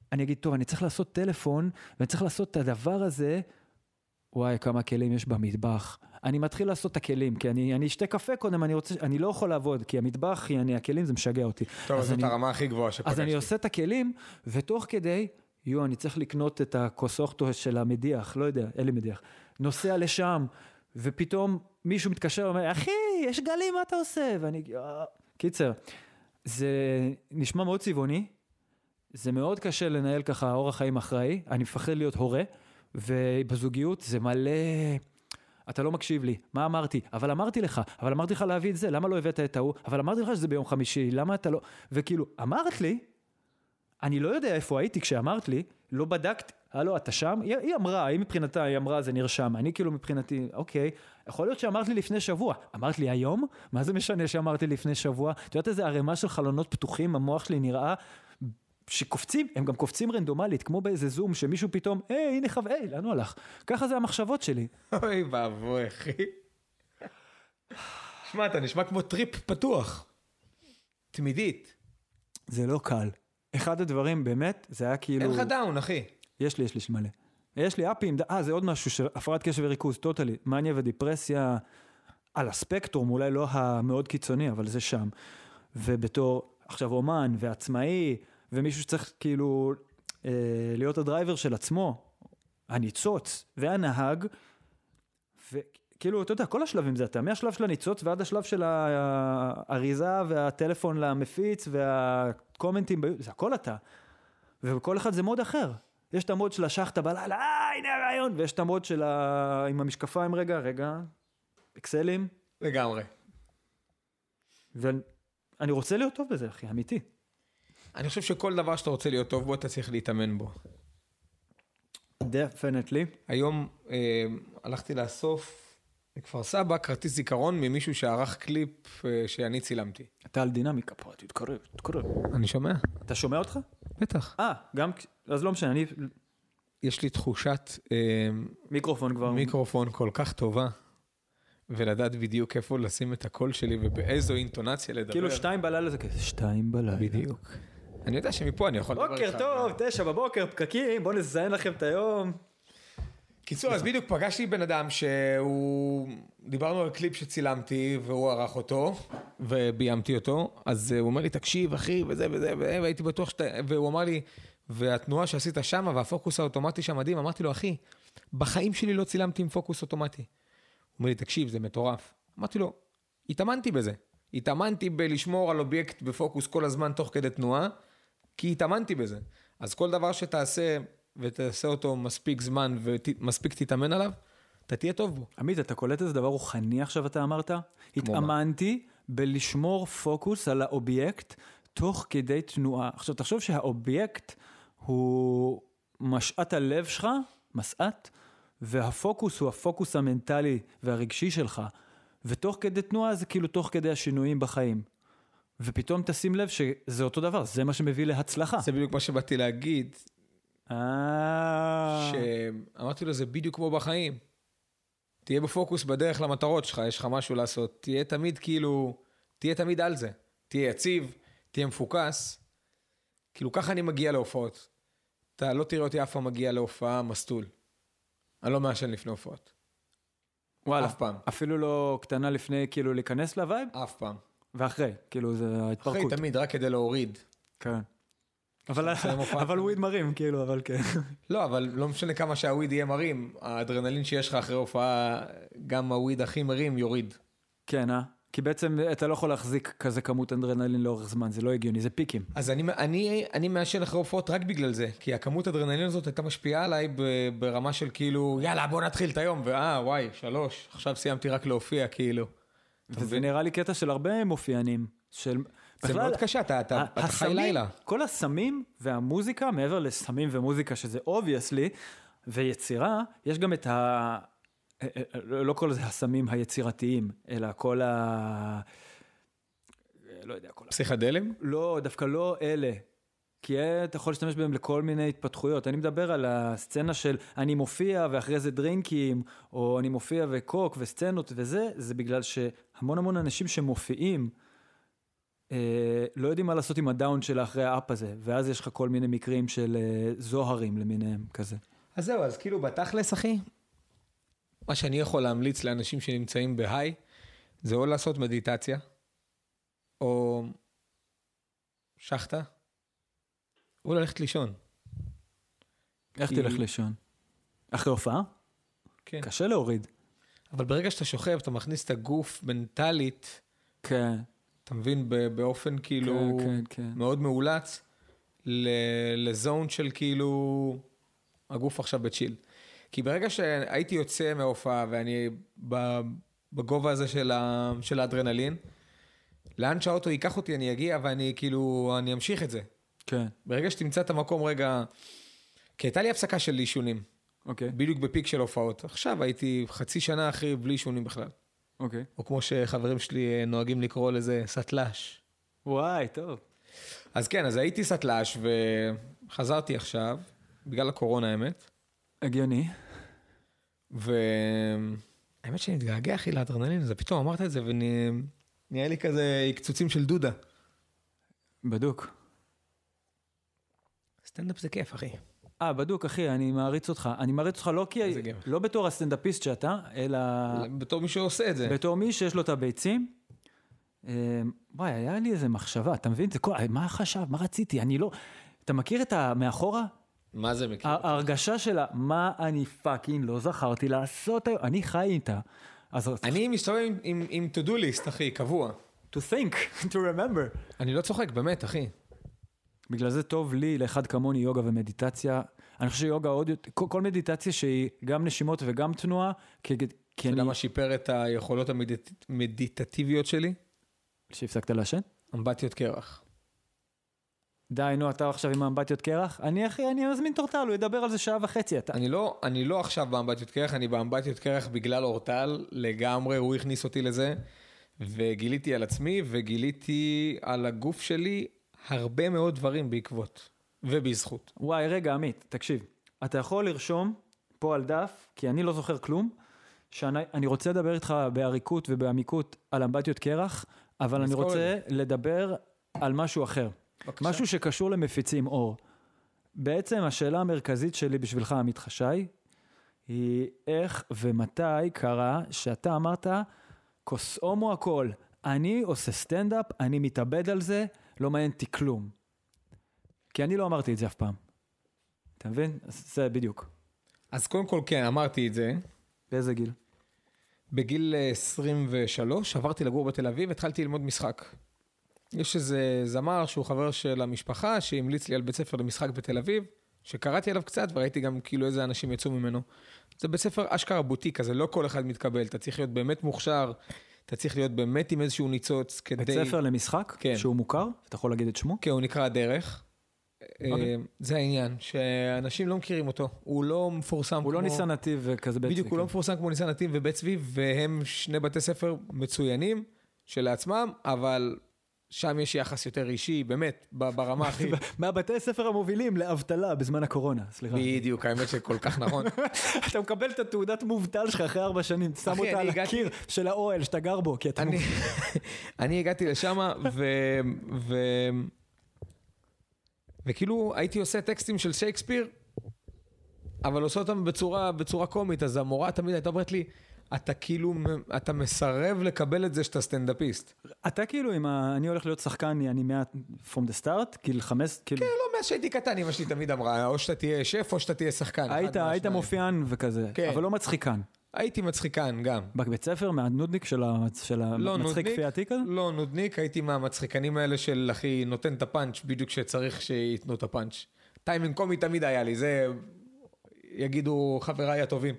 אני אגיד, טוב, אני צריך לעשות טלפון, ואני צריך לעשות את הדבר הזה, וואי, כמה כלים יש במטבח. אני מתחיל לעשות את הכלים, כי אני אשתה קפה קודם, אני לא יכול לעבוד, כי המטבח, הכלים, זה משגע אותי. טוב, זאת הרמה הכי גבוהה שפגשתי. אז אני עושה את הכלים, ותוך כדי, אני צריך לקנות את הכוסוכטו של המדיח, לא יודע, אין לי מדיח. נוסע לשם, ופתאום מישהו מתקשר ואומר, אחי, יש גלים, מה אתה עושה? ואני, קיצר, זה נשמע מאוד צבעוני, זה מאוד קשה לנהל ככה אורח חיים אחראי, אני מפחד להיות הורה, ובזוגיות זה מלא, אתה לא מקשיב לי, מה אמרתי? אבל אמרתי לך להביא את זה, למה לא הבאת את ההוא? אבל אמרתי לך שזה ביום חמישי, למה אתה לא... וכאילו, אמרת לי, אני לא יודע איפה הייתי כשאמרת לי, לא בדקת, הלו, אתה שם? היא אמרה, היא מבחינתה, היא אמרה, זה נרשם, אני כאילו מבחינתי, אוקיי, יכול להיות שאמרת לי לפני שבוע, אמרת לי היום? מה זה משנה שאמרת לי לפני שבוע? אתה יודעת איזה ערימה של חלונות פתוחים, המוח שלי נראה שקופצים, הם גם קופצים רנדומלית, כמו באיזה זום, שמישהו פתאום, הנה לאן הוא הלך? ככה זה המחשבות שלי. אוי, באבוי, אחי. שמע, אתה נשמע כמו טריפ פתוח. תמידית. זה לא קל. אחד הדברים, באמת, זה היה כאילו... אין לך דאון, אחי. יש לי מלא. יש לי אפים, זה עוד משהו של הפרעת קשב וריכוז, טוטלי, מניה ודיפרסיה, על הספקטרום, אולי לא המאוד קיצוני, אבל זה שם. ובתור, עכשיו אומן ועצמאי, ומישהו שצריך כאילו להיות הדרייבר של עצמו, הניצוץ והנהג, וכאילו, אתה יודע, כל השלבים זה אתה, מהשלב של הניצוץ ועד השלב של האריזה והטלפון למפיץ והקומנטים, זה הכל אתה. וכל אחד זה מוד אחר. יש את המוד של השחטה בלילה, הנה הרעיון, ויש את המוד של עם המשקפיים, רגע, אקסלים. לגמרי. ואני רוצה להיות טוב בזה, אחי, אמיתי. אני חושב שכל דבר שאתה רוצה להיות טוב בו, אתה צריך להתאמן בו. Definitely. היום הלכתי לאסוף בכפר סבא, כרטיס זיכרון ממישהו שערך קליפ שאני צילמתי. אתה על דינמיקה פה, תתקרב. אני שומע? אתה שומע אותך? בטח. גם, אז לא משנה, יש לי תחושת מיקרופון כל כך טובה, ולדעת בדיוק איפה לשים את הקול שלי, ובאיזו אינטונציה לדבר. כאילו 2 בלילה זה כזה, 2 בלילה. בדיוק. אני יודע שמפה אני יכול לדבר בוקר טוב, 9 בבוקר, פקקים, בוא נזיין לכם את היום. קיצור, אז בדיוק פגשתי בן אדם שהוא... דיברנו על קליפ שצילמתי, והוא ערך אותו, וביימתי אותו, אז הוא אומר לי, תקשיב, אחי, וזה, והייתי בטוח והוא אמר לי, והתנועה שעשית שם, והפוקוס האוטומטי שם מדהים, אמרתי לו, אחי, בחיים שלי לא צילמתי עם פוקוס אוטומטי. הוא אומר לי, תקשיב, זה מטורף. אמרתי לו, התאמנתי בזה. התאמנתי בלשמור על אובייקט בפוקוס כל הזמן תוך כדי תנועה, כי התאמנתי בזה. אז כל דבר שתעשה, ותעשה אותו מספיק זמן, ומספיק תתאמן עליו, אתה תהיה טוב בו. עמית, אתה קולט איזה דבר רוחני עכשיו אתה אמרת? התאמנתי בלשמור פוקוס על האובייקט, תוך כדי תנועה. עכשיו, תחשוב שהאובייקט הוא משעת הלב שלך, מסעת, והפוקוס הוא הפוקוס המנטלי והרגשי שלך, ותוך כדי תנועה זה כאילו תוך כדי השינויים בחיים. ופתאום תשים לב שזה אותו דבר, זה מה שמביא להצלחה. זה בדיוק מה שבאתי להגיד. שאמרתי לו, זה בדיוק כמו בחיים. תהיה בפוקוס בדרך למטרות שלך, יש לך משהו לעשות. תהיה תמיד כאילו, תהיה תמיד על זה. תהיה יציב, תהיה מפוקס. כאילו ככה אני מגיע להופעות. אתה לא תראה אותי אף פעם מגיע להופעה מסטול. אני לא מעשן לפני הופעות. וואלה, אף פעם. אפילו לא קטנה לפני כאילו להיכנס לווייב? אף פעם. ואחרי, כאילו זה ההתפרקות. אחרי תמיד, רק כדי להוריד. כן. אבל וויד מרים, כאילו, אבל כן. לא, אבל לא משנה כמה שהוויד יהיה מרים, האדרנלין שיש לך אחרי הופעה, גם הוויד הכי מרים יוריד. כן, כי בעצם אתה לא יכול להחזיק כזה כמות אדרנלין לאורך זמן, זה לא הגיוני, זה פיקים. אז אני מעשן אחרי הופעות רק בגלל זה, כי הכמות אדרנלין הזאת הייתה משפיעה עליי ברמה של כאילו, יאללה, בוא נתחיל את היום, וואי, 3, עכשיו סיימתי רק להופיע, כאילו. וזה נראה לי קטע של הרבה מופיענים, של... זה מאוד קשה, אתה חי לילה. כל הסמים והמוזיקה, מעבר לסמים ומוזיקה, שזה obviously, ויצירה, יש גם את לא כל זה הסמים היצירתיים, אלא כל לא יודע, כל פסיכדלים? לא, דווקא לא אלה. כי אתה יכול להשתמש בהם לכל מיני התפתחויות. אני מדבר על הסצנה של אני מופיע ואחרי זה דרינקים, או אני מופיע וקוק וסצנות וזה, זה בגלל שהמון אנשים שמופיעים, לא יודעים מה לעשות עם הדאון שלה אחרי האפ הזה, ואז יש לך כל מיני מקרים של זוהרים למיניהם כזה. אז זהו, אז כאילו בתכלס, אחי, מה שאני יכול להמליץ לאנשים שנמצאים בהיי, זה או לעשות מדיטציה, או שחטה, או ללכת לישון. איך תלך לישון? אחרי הופעה? כן. קשה להוריד. אבל ברגע שאתה שוכב, אתה מכניס את הגוף מנטלית, כן. אתה מבין, באופן כאילו כן. מאוד מאולץ, לזון של כאילו, הגוף עכשיו בצ'יל. כי ברגע שהייתי יוצא מההופעה, ואני בגובה הזה של האדרנלין, לאן שהאוטו ייקח אותי, אני אגיע, ואני כאילו, אני אמשיך את זה. כן. ברגע שתמצא את המקום רגע, כי הייתה לי הפסקה של אישונים. אוקיי. בדיוק בפיק של הופעות. עכשיו הייתי חצי שנה אחרי בלי אישונים בכלל. אוקיי. או כמו שחברים שלי נוהגים לקרוא לזה, סטל"ש. וואי, טוב. אז כן, אז הייתי סטל"ש וחזרתי עכשיו, בגלל הקורונה האמת. הגיוני. והאמת שאני מתגעגע אחי לאדרנלין, אז פתאום אמרת את זה ונהיה לי כזה קצוצים של דודה. בדוק. סטנדאפ זה כיף אחי. בדוק אחי, אני מעריץ אותך. אני מעריץ אותך לא בתור הסטנדאפיסט שאתה, אלא בתור מי שעושה את זה. בתור מי שיש לו את הביצים. וואי, היה לי איזה מחשבה, אתה מבין? מה חשב? מה רציתי? אני לא... אתה מכיר את מאחורה? מה זה מכיר? ההרגשה שלה, מה אני פאקינג לא זכרתי לעשות היום? אני חי איתה. אני מסתובב עם to do list אחי, קבוע. To think, to remember. אני לא צוחק, באמת אחי. בגלל זה טוב לי, לאחד כמוני, יוגה ומדיטציה. אני חושב שיוגה עוד יותר, כל מדיטציה שהיא גם נשימות וגם תנועה, כי אתה יודע מה שיפר את היכולות המדיטטיביות שלי? שהפסקת לעשן? אמבטיות קרח. די, נו, אתה עכשיו עם האמבטיות קרח? אני מזמין תורטל, הוא ידבר על זה שעה וחצי. אני לא עכשיו באמבטיות קרח, אני באמבטיות קרח בגלל אורטל, לגמרי, הוא הכניס אותי לזה, וגיליתי על עצמי, וגיליתי על הגוף שלי הרבה מאוד דברים בעקבות, ובזכות. וואי, רגע, עמית, תקשיב. אתה יכול לרשום פה על דף, כי אני לא זוכר כלום, שאני רוצה לדבר איתך בעריקות ובעמיקות על אמבטיות קרח, אבל אני רוצה לדבר על משהו אחר. בבקשה. משהו שקשור למפיצים אור. בעצם השאלה המרכזית שלי בשבילך, עמית חשאי, היא איך ומתי קרה שאתה אמרת, כוס הומו הכל, אני עושה סטנדאפ, אני מתאבד על זה, לא מעניין אותי כלום. כי אני לא אמרתי את זה אף פעם. אתה מבין? זה בדיוק. אז קודם כל כן, אמרתי את זה. באיזה גיל? בגיל 23, עברתי לגור בתל אביב, התחלתי ללמוד משחק. יש איזה זמר שהוא חבר של המשפחה, שהמליץ לי על בית ספר למשחק בתל אביב, שקראתי עליו קצת, וראיתי גם כאילו איזה אנשים יצאו ממנו. זה בית ספר אשכרה בוטיק, אז לא כל אחד מתקבל, אתה צריך להיות באמת מוכשר, אתה צריך להיות באמת עם איזשהו ניצוץ כדי... בית ספר למשחק? כן. שהוא מוכר? אתה יכול להגיד את שמו? כן, הוא נקרא דרך. זה העניין, שאנשים לא מכירים אותו, הוא לא מפורסם כמו... הוא לא ניסן נתיב וכזה בית צבי. בדיוק, הוא לא מפורסם כמו ניסן נתיב ובית צבי, והם שני בתי ספר מצוינים שלעצמם, אבל שם יש יחס יותר אישי, באמת, ברמה הכי... מהבתי ספר המובילים לאבטלה בזמן הקורונה, סליחה. בדיוק, האמת שכל כך נכון. אתה מקבל את התעודת מובטל שלך אחרי 4 שנים, שם אותה על הקיר של האוהל שאתה גר בו, כי אתה... אני הגעתי לשם, וכאילו הייתי עושה טקסטים של שייקספיר, אבל עושה אותם בצורה קומית, אז המורה תמיד הייתה אומרת לי, אתה כאילו, אתה מסרב לקבל את זה שאתה סטנדאפיסט. אתה כאילו, אני הולך להיות שחקן, אני from the start, כאילו 5, כאילו... כן, לא, מאז שהייתי קטן, אמא שלי תמיד אמרה, או שאתה תהיה שף, או שאתה תהיה שחקן. היית מופיען וכזה, אבל לא מצחיקן. הייתי מצחיקן גם. בבית ספר, מהנודניק של המצחיק כפייתי כזה? לא נודניק, הייתי מהמצחיקנים האלה של אחי נותן את הפאנץ' בדיוק שצריך שיתנו את הפאנץ'. טיימינג קומי תמיד היה לי, זה יגידו חבריי הטובים.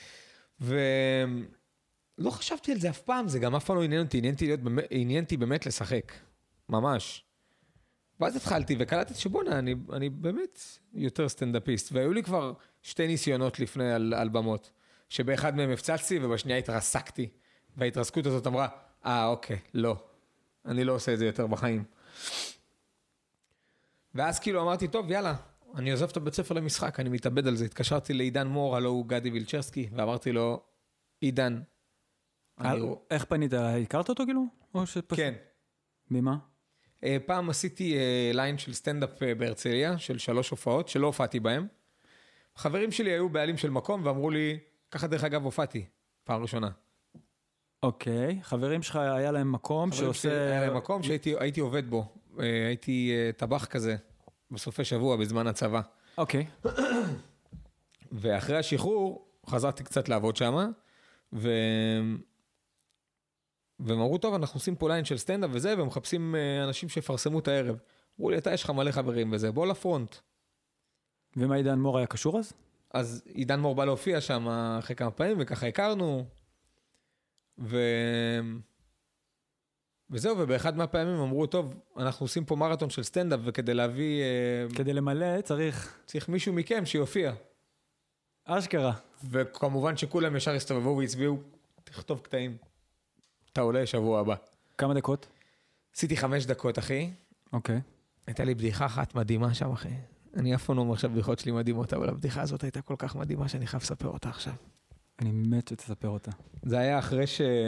ולא חשבתי על זה אף פעם, זה גם אף פעם לא עניינתי באמת לשחק. ממש. ואז התחלתי וקלטתי שבונה, אני באמת יותר סטנדאפיסט, והיו לי כבר 2 ניסיונות לפני על במות. שבאחד מהם הפצצתי ובשנייה התרסקתי. וההתרסקות הזאת אמרה, אוקיי, לא. אני לא עושה את זה יותר בחיים. ואז כאילו אמרתי, טוב, יאללה, אני עוזב את הבית ספר למשחק, אני מתאבד על זה. התקשרתי לעידן מור, הלא הוא גדי וילצ'רסקי, ואמרתי לו, עידן. איך פנית? הכרת אותו כאילו? כן. ממה? פעם עשיתי ליין של סטנדאפ בהרצליה, של 3 הופעות, שלא הופעתי בהם. חברים שלי היו בעלים של מקום, ואמרו לי, ככה דרך אגב הופעתי, פעם ראשונה. אוקיי, חברים שלך היה להם מקום שעושה... היה להם מקום שהייתי עובד בו. הייתי טבח כזה, בסופי שבוע, בזמן הצבא. אוקיי. ואחרי השחרור, חזרתי קצת לעבוד שם, והם אמרו, טוב, אנחנו עושים פה ליין של סטנדאפ וזה, ומחפשים אנשים שפרסמו את הערב. אמרו לי, אתה יש לך מלא חברים וזה, בוא לפרונט. ומה עידן מור היה קשור אז? אז עידן מור בא להופיע שם אחרי כמה פעמים, וככה הכרנו, וזהו, ובאחד מהפעמים אמרו, טוב, אנחנו עושים פה מרתון של סטנדאפ, וכדי להביא... כדי למלא צריך מישהו מכם שיופיע. אשכרה. וכמובן שכולם ישר הסתובבו והצביעו, תכתוב קטעים. אתה עולה שבוע הבא. כמה דקות? עשיתי 5 דקות, אחי. אוקיי. הייתה לי בדיחה אחת מדהימה שם, אחי. אני אף פעם לא אומר עכשיו בדיחות שלי מדהימות, אבל הבדיחה הזאת הייתה כל כך מדהימה שאני חייב לספר אותה עכשיו. אני מת שתספר אותה. זה היה אחרי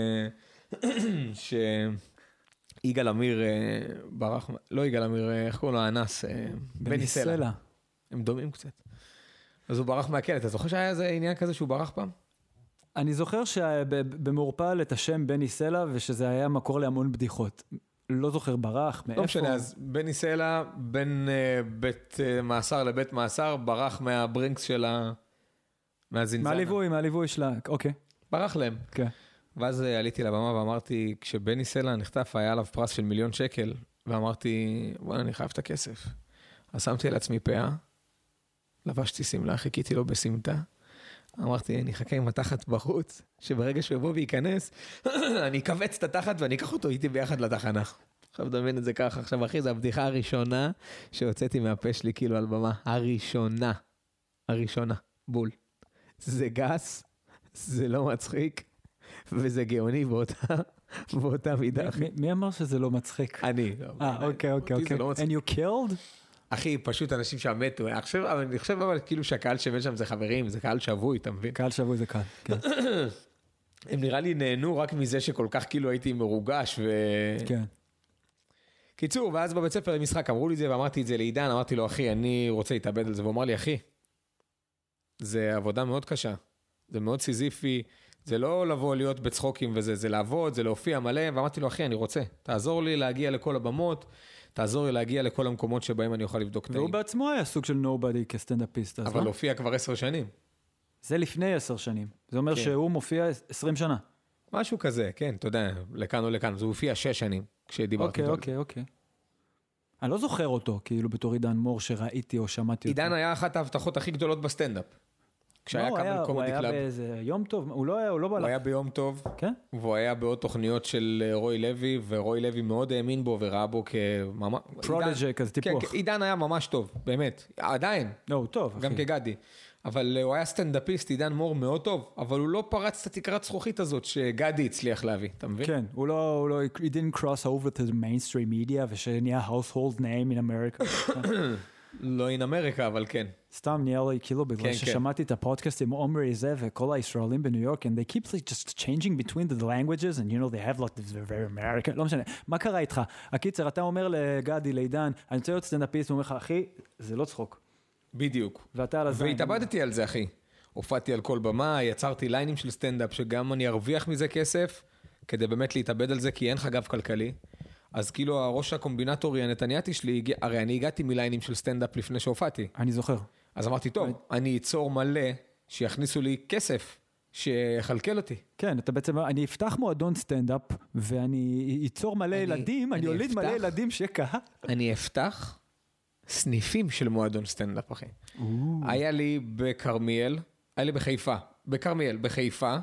יגאל עמיר ברח, לא יגאל עמיר, איך קוראים לו, האנס, בני סלע. הם דומים קצת. אז הוא ברח מהכלא. אתה זוכר שהיה איזה עניין כזה שהוא ברח פעם? אני זוכר שבמורפל את השם בני סלע, ושזה היה מקור להמון בדיחות. לא זוכר ברח, מאיפה. לא משנה, אז בני סלע, בין בית מאסר לבית מאסר, ברח מהברינקס של מהזינזנה. מהליווי שלה, אוקיי. ברח להם. כן. ואז עליתי לבמה ואמרתי, כשבני סלע נחטף, היה עליו פרס של 1,000,000 שקל, ואמרתי, בוא'נה, אני חייב את הכסף. אז שמתי על עצמי פאה, לבשתי סמלה, חיכיתי לו בסמטה, אמרתי, אני אחכה עם התחת בחוץ, שברגע שהוא יבוא וייכנס, אני אכווץ את התחת ואני אקח אותו איתי ביחד לתחנה. עכשיו דמיין את זה ככה, עכשיו אחי, זו הבדיחה הראשונה שהוצאתי מהפה שלי כאילו על במה, הראשונה, בול. זה גס, זה לא מצחיק, וזה גאוני באותה מידה. מי אמר שזה לא מצחיק? אני. אוקיי. And you killed? אחי, פשוט אנשים שם מתו. אני חושב אבל כאילו שהקהל שמת שם זה חברים, זה קהל שבוי, אתה מבין? קהל שבוי זה קהל, כן. הם נראה לי נהנו רק מזה שכל כך כאילו הייתי מרוגש כן. קיצור, ואז בבית ספר למשחק אמרו לי זה, ואמרתי את זה לעידן, אמרתי לו, אחי, אני רוצה להתאבד על זה, והוא אמר לי, אחי, זה עבודה מאוד קשה, זה מאוד סיזיפי, זה לא לבוא להיות בצחוקים וזה, זה לעבוד, זה להופיע מלא, ואמרתי לו, אחי, אני רוצה, תעזור לי להגיע לכל הבמות, תעזור לי להגיע לכל המקומות שבהם אני אוכל לבדוק תאים. והוא בעצמו היה סוג של nobody כסטנדאפיסט, אז אבל הופיע כבר 10 שנים. זה לפני 10 שנים. זה אומר שהוא מופיע 20 שנה. משהו כזה, כן, אתה יודע, לכאן או לכאן, זה הופיע 6 שנים, כשדיברתי אותו. אוקיי. אני לא זוכר אותו, כאילו בתור עידן מור שראיתי או שמעתי אותו. עידן היה אחת ההבטחות הכי גדולות בסטנדאפ. כשהיה קאמל קומדי קלאב. הוא היה באיזה יום טוב, הוא לא בא לך. הוא היה ביום טוב, כן? והוא היה בעוד תוכניות של רוי לוי, ורוי לוי מאוד האמין בו וראה בו כממש... פרודג'י, כזה טיפוח. כן, עידן היה ממש טוב, באמת, עדיין. לא, הוא טוב, אחי. גם כגדי. אבל הוא היה סטנדאפיסט, עידן מור מאוד טוב, אבל הוא לא פרץ את התקרת זכוכית הזאת שגדי הצליח להביא, אתה מבין? כן, הוא לא, he didn't cross over to the mainstream media, ושנהיה household name in America. לא in America, אבל כן. סתם נהיה לי כאילו, בגלל ששמעתי את הפודקאסט עם עומרי זה, וכל הישראלים בניו יורק, and they keep like just changing between the languages, and you know, they have like this very American, לא משנה, מה קרה איתך? הקיצר, אתה אומר לגדי, לעידן, אני רוצה להיות סטנדאפיסט, הוא אומר לך, אחי, זה לא צחוק. בדיוק. ואתה על הזין. והתאבדתי על זה, אחי. הופעתי על כל במה, יצרתי ליינים של סטנדאפ, שגם אני ארוויח מזה כסף, כדי באמת להתאבד על זה, כי אין לך גב כלכלי. אז כאילו הראש הקומבינטורי הנתניאתי שלי, הרי אני הגעתי מליינים של סטנדאפ לפני שהופעתי. אני זוכר. אז אמרתי, טוב, אני אצור מלא, שיכניסו לי כסף, שיחלקל אותי. כן, אתה בעצם, אני אפתח מועדון סטנדאפ, ואני אצור מלא ילדים, אני אוליד מלא ילדים שקהל. אני אפתח סניפים של מועדון סטנדאפ, אחי. היה לי בקרמיאל, היה לי בחיפה, בחיפה,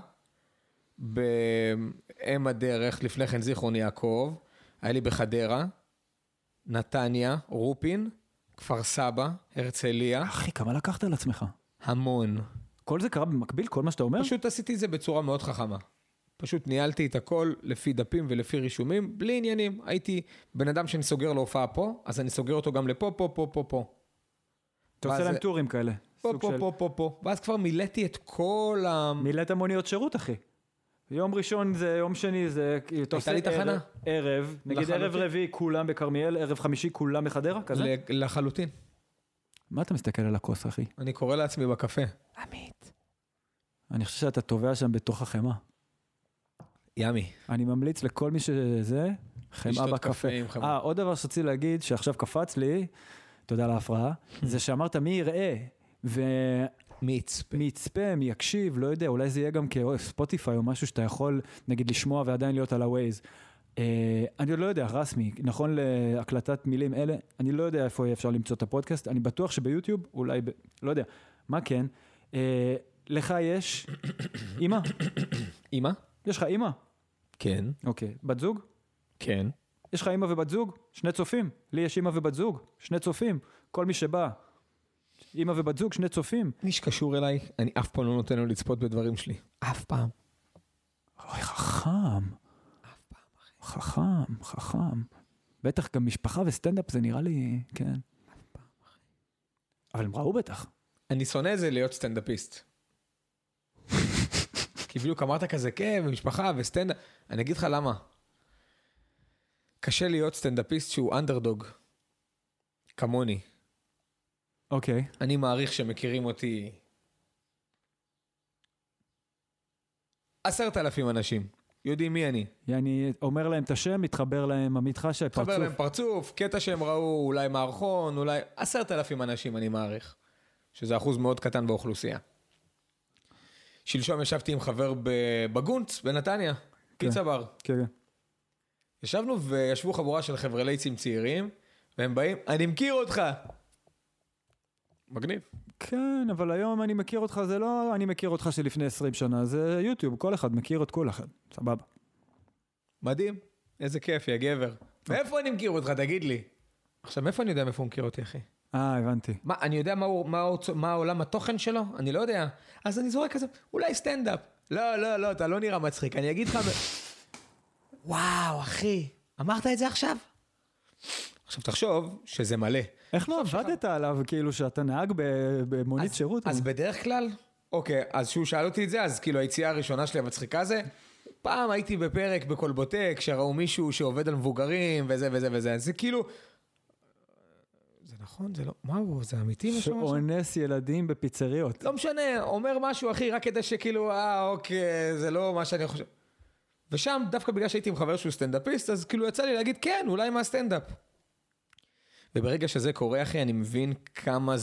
באם הדרך, לפני כן זיכרון יעקב, היה לי בחדרה, נתניה, רופין, כפר סבא, הרצליה. אחי, כמה לקחת על עצמך? המון. כל זה קרה במקביל, כל מה שאתה אומר? פשוט עשיתי את זה בצורה מאוד חכמה. פשוט ניהלתי את הכל לפי דפים ולפי רישומים, בלי עניינים. הייתי בן אדם שאני סוגר להופעה פה, אז אני סוגר אותו גם לפה, פה. אתה עושה להם טורים כאלה. פה. ואז כבר מילאתי את כל מילאת מוניות שירות, אחי. יום ראשון זה, יום שני זה, אתה עושה לי תחנה? ערב, נגיד ערב רביעי כולם בכרמיאל, ערב חמישי כולם בחדרה, כזה? לחלוטין. מה אתה מסתכל על הכוס, אחי? אני קורא לעצמי בקפה. עמית. אני חושב שאתה טובע שם בתוך החמה. ימי. אני ממליץ לכל מי שזה, חמה בקפה. עוד דבר שרציתי להגיד, שעכשיו קפץ לי, תודה על ההפרעה, זה שאמרת מי יראה, מי יצפה. מי יצפה, מי יקשיב, לא יודע, אולי זה יהיה גם כספוטיפיי או משהו שאתה יכול, נגיד, לשמוע ועדיין להיות על הווייז. אני לא יודע, רסמי, נכון להקלטת מילים אלה, אני לא יודע איפה אפשר למצוא את הפודקאסט, אני בטוח שביוטיוב, אולי, לא יודע, מה כן? לך יש אמא? אמא? יש לך אמא? כן. אוקיי. בת זוג? כן. יש לך אמא ובת זוג? שני צופים. לי יש אמא ובת זוג, שני צופים. כל מי שבא, אמא ובת זוג, שני צופים. מי שקשור אליי, אני אף פעם לא נותן לו לצפות בדברים שלי. אף פעם. אוי, חכם. אף פעם, אחי. חכם. בטח גם משפחה וסטנדאפ זה נראה לי, כן. אף פעם, אחי. אבל הם ראו בטח. אני שונא זה להיות סטנדאפיסט. כי בדיוק אמרת כזה, כן, ומשפחה וסטנדאפ. אני אגיד לך למה. קשה להיות סטנדאפיסט שהוא אנדרדוג. כמוני. אוקיי. אני מעריך שמכירים אותי 10,000 אנשים. יודעים מי אני. אני אומר להם את השם, מתחבר להם עמית חשי, פרצוף. מתחבר להם פרצוף, קטע שהם ראו, אולי מערכון, אולי 10,000 אנשים אני מעריך. שזה אחוז מאוד קטן באוכלוסייה. שלשום ישבתי עם חבר בגונץ, בנתניה, פיצה בר. כן. ישבנו וישבו חבורה של חבר'ה לייצים צעירים, והם באים, אני מכיר אותך. מגניב. כן, אבל היום אני מכיר אותך, זה לא אני מכיר אותך שלפני 20 שנה, זה יוטיוב, כל אחד מכיר את כל אחד, סבבה. מדהים, איזה כיף, יא גבר. מאיפה אני מכיר אותך, תגיד לי. עכשיו, מאיפה אני יודע מאיפה הוא מכיר אותי, אחי? הבנתי. מה, אני יודע מה העולם התוכן שלו? אני לא יודע. אז אני זורק כזה, אולי סטנדאפ. לא, אתה לא נראה מצחיק. אני אגיד לך... וואו, אחי, אמרת את זה עכשיו? עכשיו תחשוב שזה מלא. איך לא עבדת עליו, כאילו שאתה נהג במונית שירות? אז בדרך כלל, אוקיי, אז שהוא שאל אותי את זה, אז כאילו היציאה הראשונה שלי המצחיקה זה, פעם הייתי בפרק בקולבוטק, שראו מישהו שעובד על מבוגרים, וזה וזה וזה, אז זה כאילו... זה נכון, זה לא... מהו, זה אמיתי? שאונס ילדים בפיצריות. לא משנה, אומר משהו, אחי, רק כדי שכאילו, אוקיי, זה לא מה שאני חושב. ושם, דווקא בגלל שהייתי עם חבר שהוא סטנדאפיסט, אז כאילו יצא לי להגיד, כן, אולי מהסטנדאפ. וברגע שזה קורה, אחי, אני מבין כמה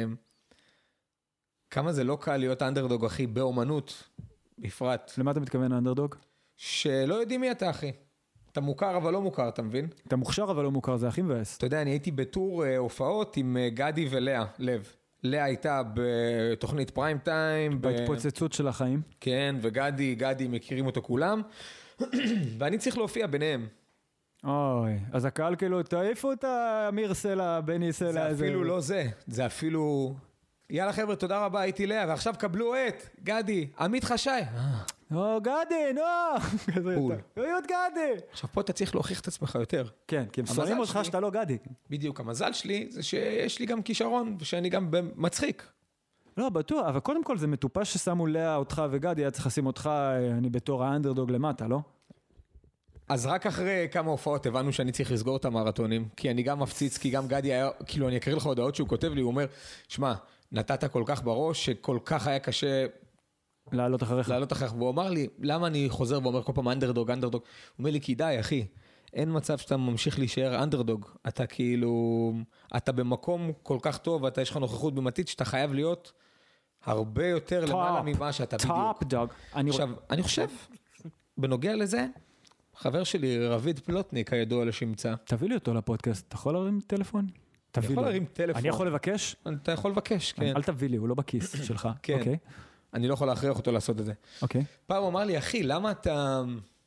זה לא קל להיות אנדרדוג, אחי, באומנות, בפרט. למה אתה מתכוון, אנדרדוג? שלא יודעים מי אתה, אחי. אתה מוכר אבל לא מוכר, אתה מבין? אתה מוכשר אבל לא מוכר, זה הכי מבאס. אתה יודע, אני הייתי בטור הופעות עם גדי ולאה, לב. לאה הייתה בתוכנית פריים טיים. בהתפוצצות של החיים. כן, וגדי מכירים אותו כולם. ואני צריך להופיע ביניהם. אוי, אז הקהל כאילו, תעיפו את אמיר סלע, בני סלע. זה אפילו לא זה, זה אפילו... יאללה חבר'ה, תודה רבה, הייתי לאה, ועכשיו קבלו את גדי, עמית חשי. גדי, בול. להיות גדי. עכשיו פה אתה צריך להוכיח את עצמך יותר. כן, כי הם שונאים אותך שאתה לא גדי. בדיוק, המזל שלי זה שיש לי גם כישרון, ושאני גם מצחיק. לא, בטוח, אבל קודם כל זה מטופש ששמו לאה אותך וגדי, היה צריך לשים אותך, אני בתור האנדרדוג למטה, לא? אז רק אחרי כמה הופעות הבנו שאני צריך לסגור את המרתונים, כי אני גם מפציץ, כי גם גדי היה, כאילו אני אקריא לך הודעות שהוא כותב לי, הוא אומר, שמע, נתת כל כך בראש, שכל כך היה קשה לעלות אחריך. והוא אמר לי, למה אני חוזר ואומר כל פעם אנדרדוג? הוא אומר לי, כי די, אחי, אין מצב שאתה ממשיך להישאר אנדרדוג, אתה כאילו, אתה במקום כל כך טוב, אתה יש לך נוכחות בימתית, שאתה חייב להיות הרבה יותר למעלה ממה שאתה בדיוק. טופ דוג. עכשיו, אני חושב, בנוגע לזה, חבר שלי, רביד פלוטניק, הידוע לשמצה. תביא לי אותו לפודקאסט, אתה יכול להרים טלפון? אתה יכול להרים טלפון. אני יכול לבקש? אתה יכול לבקש, כן. אל תביא לי, הוא לא בכיס שלך. כן. אני לא יכול להכריח אותו לעשות את זה. אוקיי. פעם הוא אמר לי, אחי, למה אתה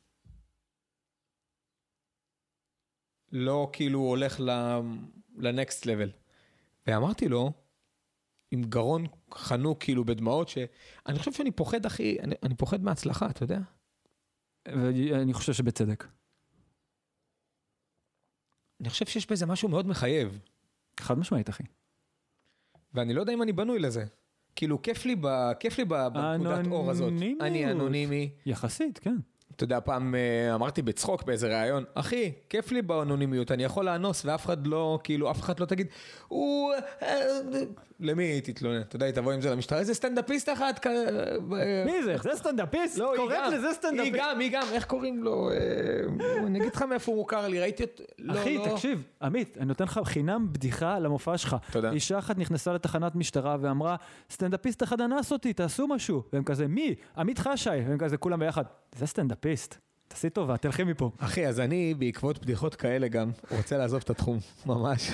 לא כאילו הולך ל-next level? ואמרתי לו, עם גרון חנוק כאילו בדמעות, שאני חושב שאני פוחד, אחי, אני פוחד מההצלחה, אתה יודע? ואני חושב שבצדק. אני חושב שיש בזה משהו מאוד מחייב. חד משמעית, אחי. ואני לא יודע אם אני בנוי לזה. כאילו, כיף לי בנקודת אור הזאת. אני אנונימי. יחסית, כן. אתה יודע, פעם אמרתי בצחוק באיזה ראיון, אחי, כיף לי באנונימיות, אני יכול לאנוס ואף אחד לא, כאילו, אף אחד לא תגיד, למי תתלונן? אתה יודע, תבוא עם זה למשטרה, איזה סטנדאפיסט אחד? מי זה? זה סטנדאפיסט? קוראת לזה סטנדאפיסט? היא גם, איך קוראים לו? אני אגיד לך מאיפה הוא מוכר לי, ראיתי אותו, אחי, תקשיב, עמית, אני נותן לך חינם בדיחה למופע שלך. תודה. אישה אחת נכנסה לתחנת משטרה ואמרה, סטנדאפיסט אחד אנס אותי, תעשו משהו. והם כזה, מי? עמית חשי. והם כזה, כולם ביחד. זה סטנדאפיסט. תעשי טובה, תלכי מפה. אחי, אז אני, בעקבות בדיחות כאלה גם, רוצה לעזוב את התחום, ממש.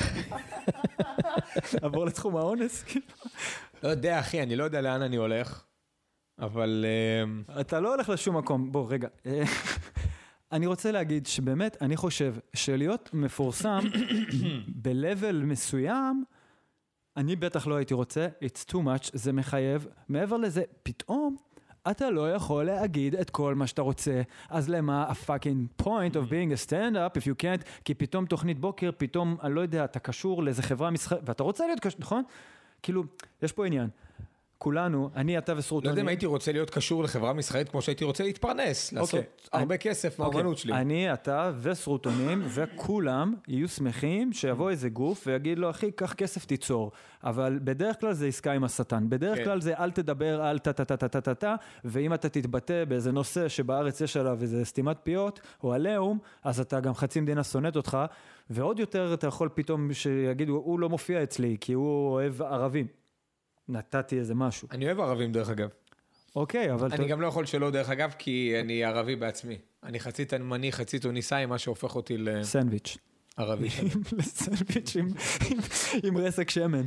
עבור לתחום האונס. לא יודע, אחי, אני לא יודע לאן אני הולך, אבל... אתה לא הולך לשום מקום. בוא, רגע. אני רוצה להגיד שבאמת, אני חושב שלהיות מפורסם ב-level מסוים, אני בטח לא הייתי רוצה, it's too much, זה מחייב. מעבר לזה, פתאום, אתה לא יכול להגיד את כל מה שאתה רוצה, אז למה ה-fucking point of being a stand-up if you can't, כי פתאום תוכנית בוקר, פתאום, אני לא יודע, אתה קשור לאיזה חברה מסחר, ואתה רוצה להיות קשור, נכון? כאילו, יש פה עניין. כולנו, אני, אתה וסרוטונים. לא יודע אם הייתי רוצה להיות קשור לחברה מסחרית, כמו שהייתי רוצה להתפרנס, לעשות הרבה כסף מהאמנות שלי. אני, אתה וסרוטונים, וכולם יהיו שמחים שיבוא איזה גוף ויגיד לו, אחי, קח כסף תיצור. אבל בדרך כלל זה עסקה עם השטן. בדרך כלל זה אל תדבר על טה-טה-טה-טה-טה, ואם אתה תתבטא באיזה נושא שבארץ יש עליו איזה סתימת פיות, או עליהום, אז אתה גם חצי מדינה שונאת אותך, ועוד יותר אתה יכול פתאום שיגידו, הוא לא מופיע אצלי, כי הוא אוהב ערבים. נתתי איזה משהו. אני אוהב ערבים דרך אגב. אוקיי, אבל... אני גם לא יכול שלא דרך אגב, כי אני ערבי בעצמי. אני חצי תימני, חצי טוניסאי, מה שהופך אותי סנדוויץ'. ערבי. לסנדוויץ' עם רסק שמן.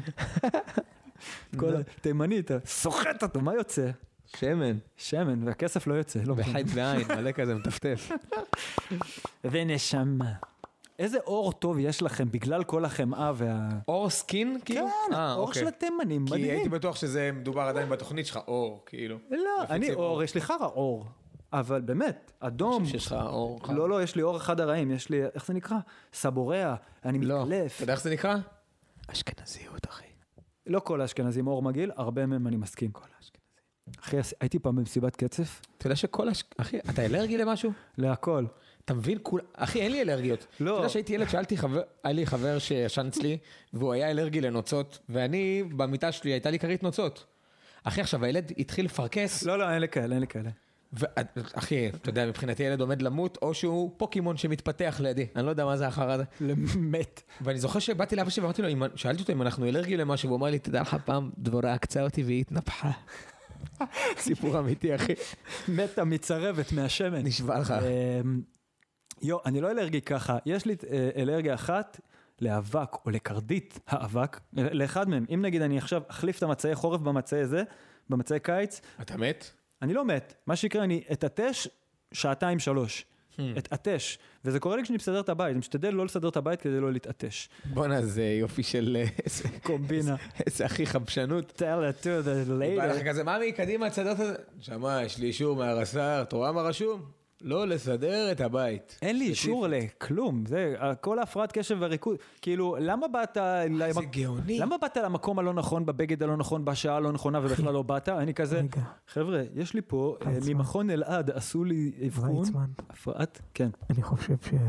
תימני, אתה סוחט אותו, מה יוצא? שמן. שמן, והכסף לא יוצא. בחייץ בעין, מלא כזה מטפטף. ונשמה. איזה אור טוב יש לכם בגלל כל החמאה אור סקין? כן, אור של התימנים, מדהים. כי הייתי בטוח שזה מדובר עדיין בתוכנית שלך, אור, כאילו. לא, אני אור, יש לי חרא אור. אבל באמת, אדום. אני חושב שיש לך אור. לא, יש לי אור אחד הרעים, יש לי, איך זה נקרא? סבוריה, אני מתקלף. אתה יודע איך זה נקרא? אשכנזיות, אחי. לא כל האשכנזים אור מגעיל, הרבה מהם אני מסכים. כל האשכנזים. אחי, הייתי פעם במסיבת קצף. אתה יודע שכל אחי, אתה אלרגי למשהו? להכל. אתה מבין? אחי, אין לי אלרגיות. לא. אתה יודע שהייתי ילד, היה לי חבר שישן אצלי, והוא היה אלרגי לנוצות, ואני, במיטה שלי, הייתה לי כרית נוצות. אחי, עכשיו, הילד התחיל לפרקס. לא, אין לי כאלה. אחי, אתה יודע, מבחינתי ילד עומד למות, או שהוא פוקימון שמתפתח לידי. אני לא יודע מה זה אחר הזה. מת. ואני זוכר שבאתי לאבא שלי ואמרתי לו, שאלתי אותו אם אנחנו אלרגי למשהו, והוא אמר לי, תדע לך פעם, דבורה עקצה אותי והיא התנפחה. סיפור אמיתי, אחי. מתה מצרבת מהשמן. נשבע לך. אני לא אלרגי ככה. יש לי אלרגיה אחת לאבק או לקרדית האבק, לאחד מהם. אם נגיד אני עכשיו אחליף את המצעי חורף במצעי הזה, במצעי קיץ. אתה מת? אני לא מת. מה שיקרה, אני אתעטש 2-3. אתעטש. וזה קורה לי כשאני מסדר את הבית. אני משתדל לא לסדר את הבית כדי לא להתעטש. בוא'נה, זה יופי של... קומבינה. איזה הכי חבשנות. tell it to the lady. בא לך כזה, ממי, קדימה, תסדר את זה. שמה, יש לי אישור מהרס"ר, אתה רואה מה רשום? לא לסדר את הבית. אין לי אישור לכלום, זה כל ההפרעת קשב והריכוז, כאילו למה באת זה גאוני. למה באת למקום הלא נכון, בבגד הלא נכון, בשעה הלא נכונה ובכלל לא באת? אני כזה, חבר'ה, יש לי פה ממכון אלעד, עשו לי אבחון, הפרעת, כן. אני חושב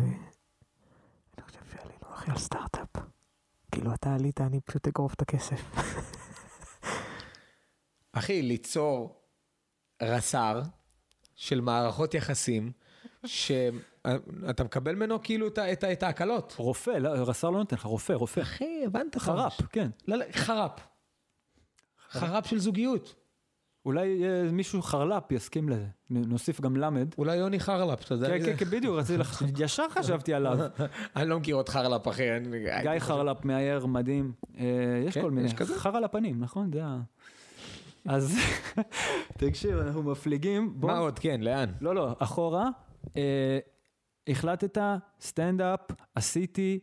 שעלינו אחי על סטארט-אפ. כאילו אתה עלית, אני פשוט אגרוף את הכסף. אחי, ליצור רס"ר של מערכות יחסים, שאתה מקבל ממנו כאילו את ההקלות. רופא, רס"ר לא נותן לך, רופא. אחי, הבנת חרפ, כן. לא, חרפ של זוגיות. אולי מישהו חרלפ יסכים לזה, נוסיף גם למד. אולי יוני חרלפ, אתה יודע? כן, בדיוק, ישר חשבתי עליו. אני לא מכיר עוד חרלפ, אחי. גיא חרלפ מאייר, מדהים. יש כל מיני, חר על הפנים, נכון? זה אז תקשיב, אנחנו מפליגים. מה עוד? כן, לאן? לא, אחורה. החלטת, סטנד-אפ, עשיתי,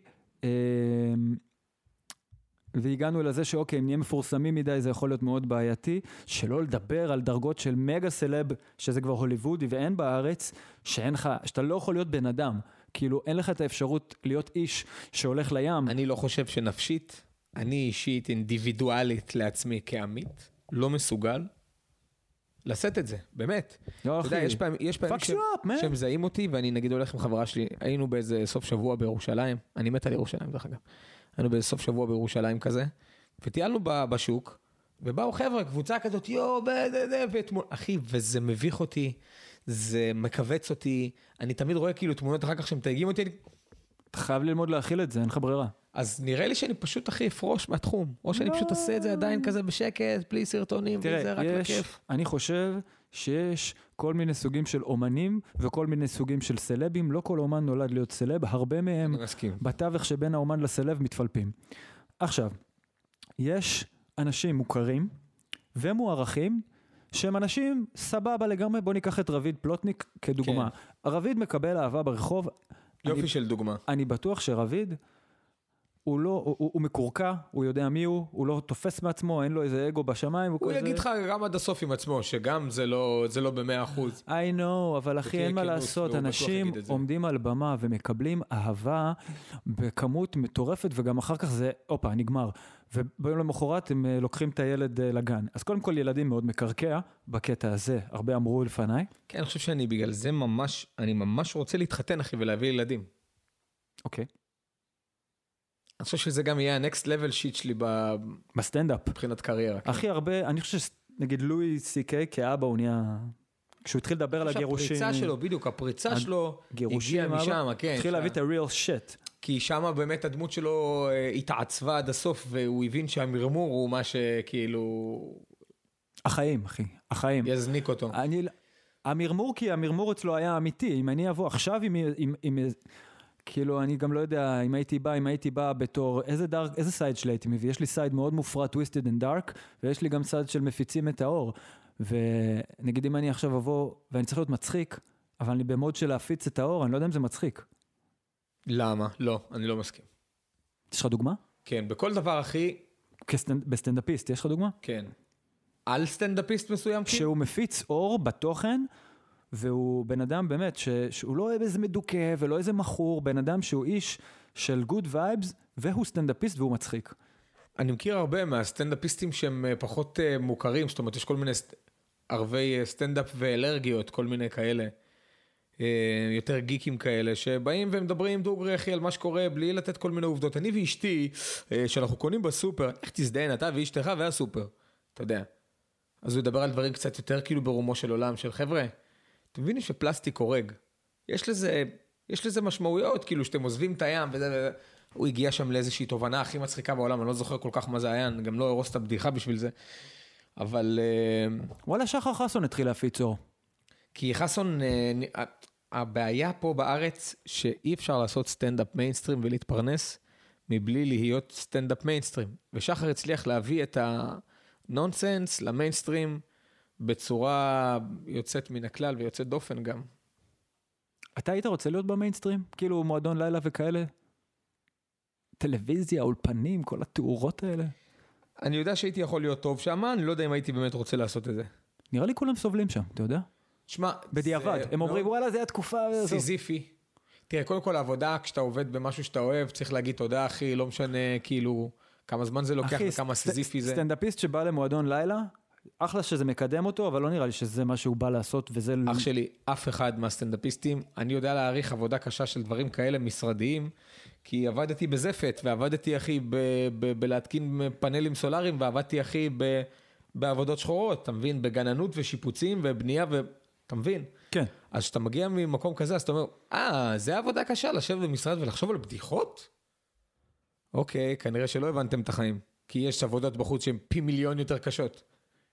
והגענו לזה שאוקיי, אם נהיה מפורסמים מדי, זה יכול להיות מאוד בעייתי, שלא לדבר על דרגות של מגה סלב, שזה כבר הוליוודי ואין בארץ, שאתה לא יכול להיות בן אדם, כאילו אין לך את האפשרות להיות איש שהולך לים. אני לא חושב שנפשית, אני אישית אינדיבידואלית לעצמי כעמית, לא מסוגל לשאת את זה, באמת. לא, אתה יודע, אחי. יש פעמים Fuck you up, man. שהם מזהים אותי, ואני נגיד הולך עם חברה שלי, היינו באיזה סוף שבוע בירושלים, אני מת על ירושלים דרך אגב, היינו באיזה סוף שבוע בירושלים כזה, וטיילנו בשוק, ובאו חבר'ה, קבוצה כזאת, ואתמול, אחי, וזה מביך אותי, זה מקווץ אותי, אני תמיד רואה כאילו תמונות אחר כך שהם תייגים אותי, אתה חייב ללמוד להכיל את זה, אין לך ברירה. אז נראה לי שאני פשוט הכי אפרוש מהתחום, או שאני פשוט אעשה את זה עדיין כזה בשקט, בלי סרטונים, וזה רק לכיף. אני חושב שיש כל מיני סוגים של אומנים, וכל מיני סוגים של סלבים, לא כל אומן נולד להיות סלב, הרבה מהם אני מסכים. בתווך שבין האומן לסלב מתפלפים. עכשיו, יש אנשים מוכרים ומוערכים, שהם אנשים סבבה לגמרי, בוא ניקח את רביד פלוטניק כדוגמה. רביד מקבל אהבה ברחוב. יופי של דוגמה. אני בטוח שרביד, הוא מקורקע, הוא יודע מי הוא לא תופס מעצמו, אין לו איזה אגו בשמיים. הוא יגיד לך גם עד הסוף עם עצמו, שגם זה לא ב100%. I know, אבל אחי, אין מה לעשות, אנשים עומדים על במה ומקבלים אהבה בכמות מטורפת, וגם אחר כך זה, אופה, נגמר. וביום למחרת הם לוקחים את הילד לגן. אז קודם כל ילדים מאוד מקרקע בקטע הזה, הרבה אמרו לפניי. כן, אני חושב שאני בגלל זה אני ממש רוצה להתחתן, אחי, ולהביא ילדים. אוקיי. אני חושב שזה גם יהיה ה-next level sheet שלי בסטנדאפ. מבחינת קריירה. הכי הרבה, אני חושב שנגיד לואי סי-קיי כאבא הוא נהיה, כשהוא התחיל לדבר על הגירושים. הפריצה שלו, בדיוק, הפריצה שלו הגיעה משם, כן. התחיל להביא את ה-real shit. כי שם באמת הדמות שלו התעצבה עד הסוף, והוא הבין שהמרמור הוא מה שכאילו... החיים, אחי, החיים. יזניק אותו. המרמור, כי המרמור אצלו היה אמיתי. אם אני אבוא עכשיו עם כאילו, אני גם לא יודע אם הייתי בא בתור, איזה סייד שלי הייתי מביא? יש לי סייד מאוד מופרע, twisted and dark, ויש לי גם סייד של מפיצים את האור. ונגיד אם אני עכשיו אבוא, ואני צריך להיות מצחיק, אבל אני במוד של להפיץ את האור, אני לא יודע אם זה מצחיק. למה? לא, אני לא מסכים. יש לך דוגמה? כן, בכל דבר, אחי... בסטנדאפיסט, יש לך דוגמה? כן. על סטנדאפיסט מסוים? שהוא מפיץ אור בתוכן, והוא בן אדם באמת, שהוא לא איזה מדוכא ולא איזה מחור, בן אדם שהוא איש של good vibes, והוא סטנדאפיסט והוא מצחיק. אני מכיר הרבה מהסטנדאפיסטים שהם פחות מוכרים, זאת אומרת, יש כל מיני ערבי סטנדאפ ואלרגיות, כל מיני כאלה, יותר גיקים כאלה, שבאים ומדברים דוגרי אחי על מה שקורה, בלי לתת כל מיני עובדות. אני ואשתי, שאנחנו קונים בסופר, איך תזדיין אתה ואשתך והסופר, אתה יודע. אז הוא ידבר על דברים קצת יותר כאילו ברומו של עולם, של חבר'ה, אתם מבינים שפלסטיק הורג. יש לזה משמעויות, כאילו שאתם עוזבים את הים, הוא הגיע שם לאיזושהי תובנה הכי מצחיקה בעולם, אני לא זוכר כל כך מה זה היה, אני גם לא ארוס את הבדיחה בשביל זה, אבל... וואלה, שחר חסון התחיל להפיץ אור. כי חסון, הבעיה פה בארץ, שאי אפשר לעשות סטנדאפ מיינסטרים ולהתפרנס, מבלי להיות סטנדאפ מיינסטרים. ושחר הצליח להביא את הנונסנס למיינסטרים, בצורה יוצאת מן הכלל ויוצאת דופן גם. אתה היית רוצה להיות במיינסטרים? כאילו מועדון לילה וכאלה? טלוויזיה, אולפנים, כל התיאורות האלה? אני יודע שהייתי יכול להיות טוב שם, אני לא יודע אם הייתי באמת רוצה לעשות את זה. נראה לי כולם סובלים שם, אתה יודע? שמע, בדיעבד, הם אומרים וואלה זה התקופה סיזיפי. תראה, קודם כל העבודה, כשאתה עובד במשהו שאתה אוהב, צריך להגיד תודה אחי, לא משנה כאילו כמה זמן זה לוקח וכמה סיזיפי זה. סטנדאפיסט שבא למועדון לילה, אחלה שזה מקדם אותו, אבל לא נראה לי שזה מה שהוא בא לעשות, וזה... אח שלי, אף אחד מהסטנדאפיסטים, אני יודע להעריך עבודה קשה של דברים כאלה משרדיים, כי עבדתי בזפת, ועבדתי אחי בלהתקין פאנלים סולאריים, ועבדתי אחי בעבודות שחורות, אתה מבין? בגננות ושיפוצים ובנייה, אתה מבין? כן. אז כשאתה מגיע ממקום כזה, אז אתה אומר, זה עבודה קשה, לשבת במשרד ולחשוב על בדיחות? אוקיי, כנראה שלא הבנתם את החיים, כי יש עבודות בחוץ שהן פי מיליון יותר קשות.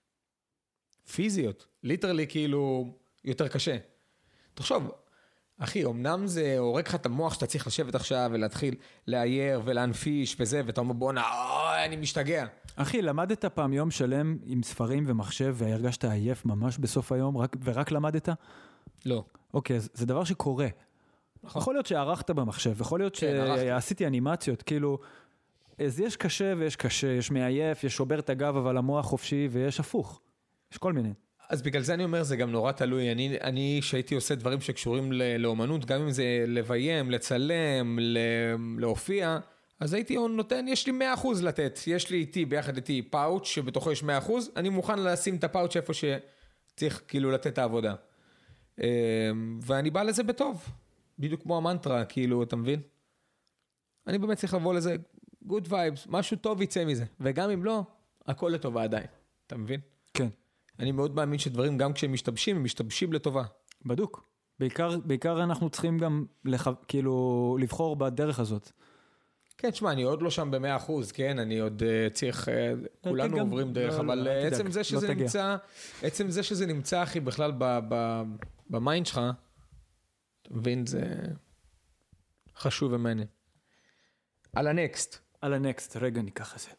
פיזיות, ליטרלי כאילו יותר קשה. תחשוב, אחי, אמנם זה הורג לך את המוח שאתה צריך לשבת עכשיו ולהתחיל לאייר ולהנפיש וזה, ואתה אומר בוא אני משתגע. אחי, למדת פעם יום שלם עם ספרים ומחשב והרגשת עייף ממש בסוף היום ורק למדת? לא. אוקיי, זה דבר שקורה. יכול להיות שערכת במחשב, יכול להיות שעשיתי אנימציות, כאילו, אז יש קשה ויש קשה, יש מעייף, יש שובר את הגב אבל המוח חופשי ויש הפוך. יש כל מיני. אז בגלל זה אני אומר, זה גם נורא תלוי. אני שהייתי עושה דברים שקשורים לאומנות, גם אם זה לביים, לצלם, להופיע, אז הייתי נותן, יש לי 100% לתת, יש לי איתי, ביחד איתי פאוץ' שבתוכו יש 100%, אני מוכן לשים את הפאוץ' איפה שצריך כאילו לתת את העבודה. ואני בא לזה בטוב, בדיוק כמו המנטרה, כאילו, אתה מבין? אני באמת צריך לבוא לזה, good vibes, משהו טוב יצא מזה, וגם אם לא, הכל לטובה עדיין, אתה מבין? כן. אני מאוד מאמין שדברים, גם כשהם משתבשים, הם משתבשים לטובה. בדוק. בעיקר אנחנו צריכים גם כאילו לבחור בדרך הזאת. כן, תשמע, אני עוד לא שם ב100%, כן, אני עוד צריך, כולנו עוברים דרך, אבל עצם זה שזה נמצא, אחי, בכלל במיינד שלך, אתה מבין, זה חשוב ומעניין. על הנקסט. רגע, ניקח את זה.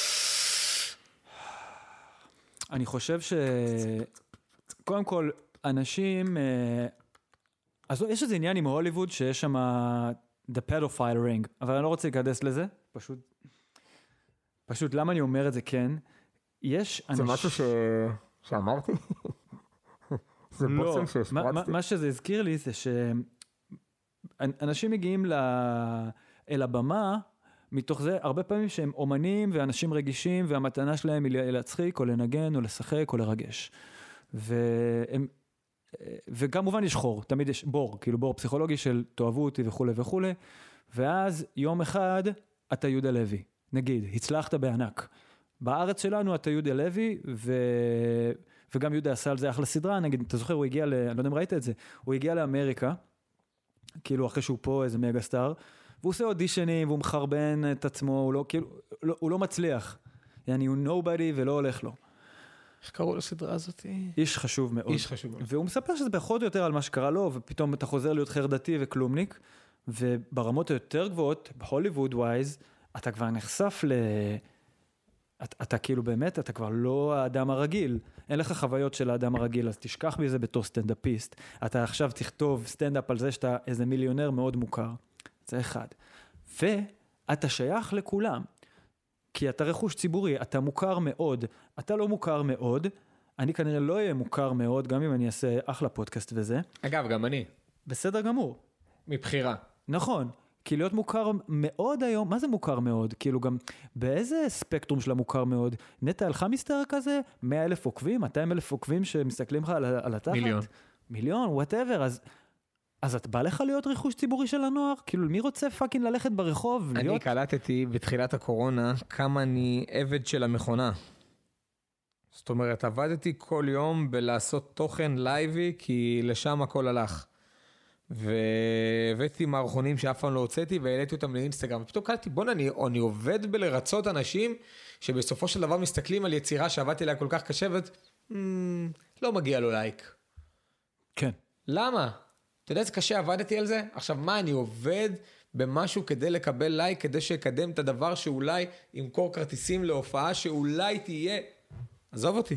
אני חושב קודם כל, אנשים, אז יש איזה עניין עם הוליווד, שיש שם the pedophile ring, אבל אני לא רוצה להיכנס לזה, פשוט למה אני אומר את זה כן, יש זה משהו שאמרתי? זה בוסם שהשפרצתי? מה שזה הזכיר לי זה שאנשים מגיעים אל הבמה, מתוך זה הרבה פעמים שהם אומנים ואנשים רגישים, והמתנה שלהם היא להצחיק או לנגן או לשחק או לרגש. וכמובן יש חור, תמיד יש בור, כאילו בור פסיכולוגי של תאהבו אותי וכו' וכו', ואז יום אחד אתה יהודה לוי, נגיד, הצלחת בענק. בארץ שלנו אתה יהודה לוי, וגם יהודה עשה על זה אחלה סדרה, נגיד, אתה זוכר, הוא הגיע, אני לא יודע אם ראית את זה, הוא הגיע לאמריקה, כאילו אחרי שהוא פה איזה מגה סטאר, והוא עושה אודישנים, והוא מחרבן את עצמו, הוא לא מצליח, יעני הוא nobody ולא הולך לו. איך קראו לסדרה הזאת? איש חשוב מאוד. והוא מספר שזה פחות או יותר על מה שקרה לו, ופתאום אתה חוזר להיות חרדתי וכלומניק, וברמות היותר גבוהות, בהוליווד ווייז, אתה כבר נחשף אתה כאילו באמת, אתה כבר לא האדם הרגיל, אין לך חוויות של האדם הרגיל, אז תשכח בזה בתור סטנדאפיסט, אתה עכשיו תכתוב סטנדאפ על זה שאתה איזה מיליונר מאוד מוכר, זה אחד. ואתה שייך לכולם, כי אתה רכוש ציבורי, אתה מוכר מאוד, אתה לא מוכר מאוד, אני כנראה לא אהיה מוכר מאוד, גם אם אני אעשה אחלה פודקאסט וזה. אגב, גם אני. בסדר גמור. מבחירה. נכון. כי להיות מוכר מאוד היום, מה זה מוכר מאוד? כאילו גם באיזה ספקטרום של המוכר מאוד? נטע הלכה מסתר כזה? 100,000 עוקבים? 200,000 עוקבים שמסתכלים לך על התחת? מיליון, whatever. אז את בא לך להיות רכוש ציבורי של הנוער? כאילו מי רוצה פאקינג ללכת ברחוב? אני קלטתי בתחילת הקורונה כמה אני עבד של המכונה. זאת אומרת, עבדתי כל יום בלעשות תוכן לייבי, כי לשם הכל הלך. והבאתי מערכונים שאף פעם לא הוצאתי, והעליתי אותם לאינסטגרם. ופתאום קלטתי, אני עובד בלרצות אנשים, שבסופו של דבר מסתכלים על יצירה שעבדתי עליה כל כך קשה, לא מגיע לו לייק. כן. למה? אתה יודע איזה קשה עבדתי על זה? עכשיו מה, אני עובד במשהו כדי לקבל לייק, כדי שיקדם את הדבר שאולי ימכור כרטיסים להופעה, שאולי תהיה... עזוב אותי.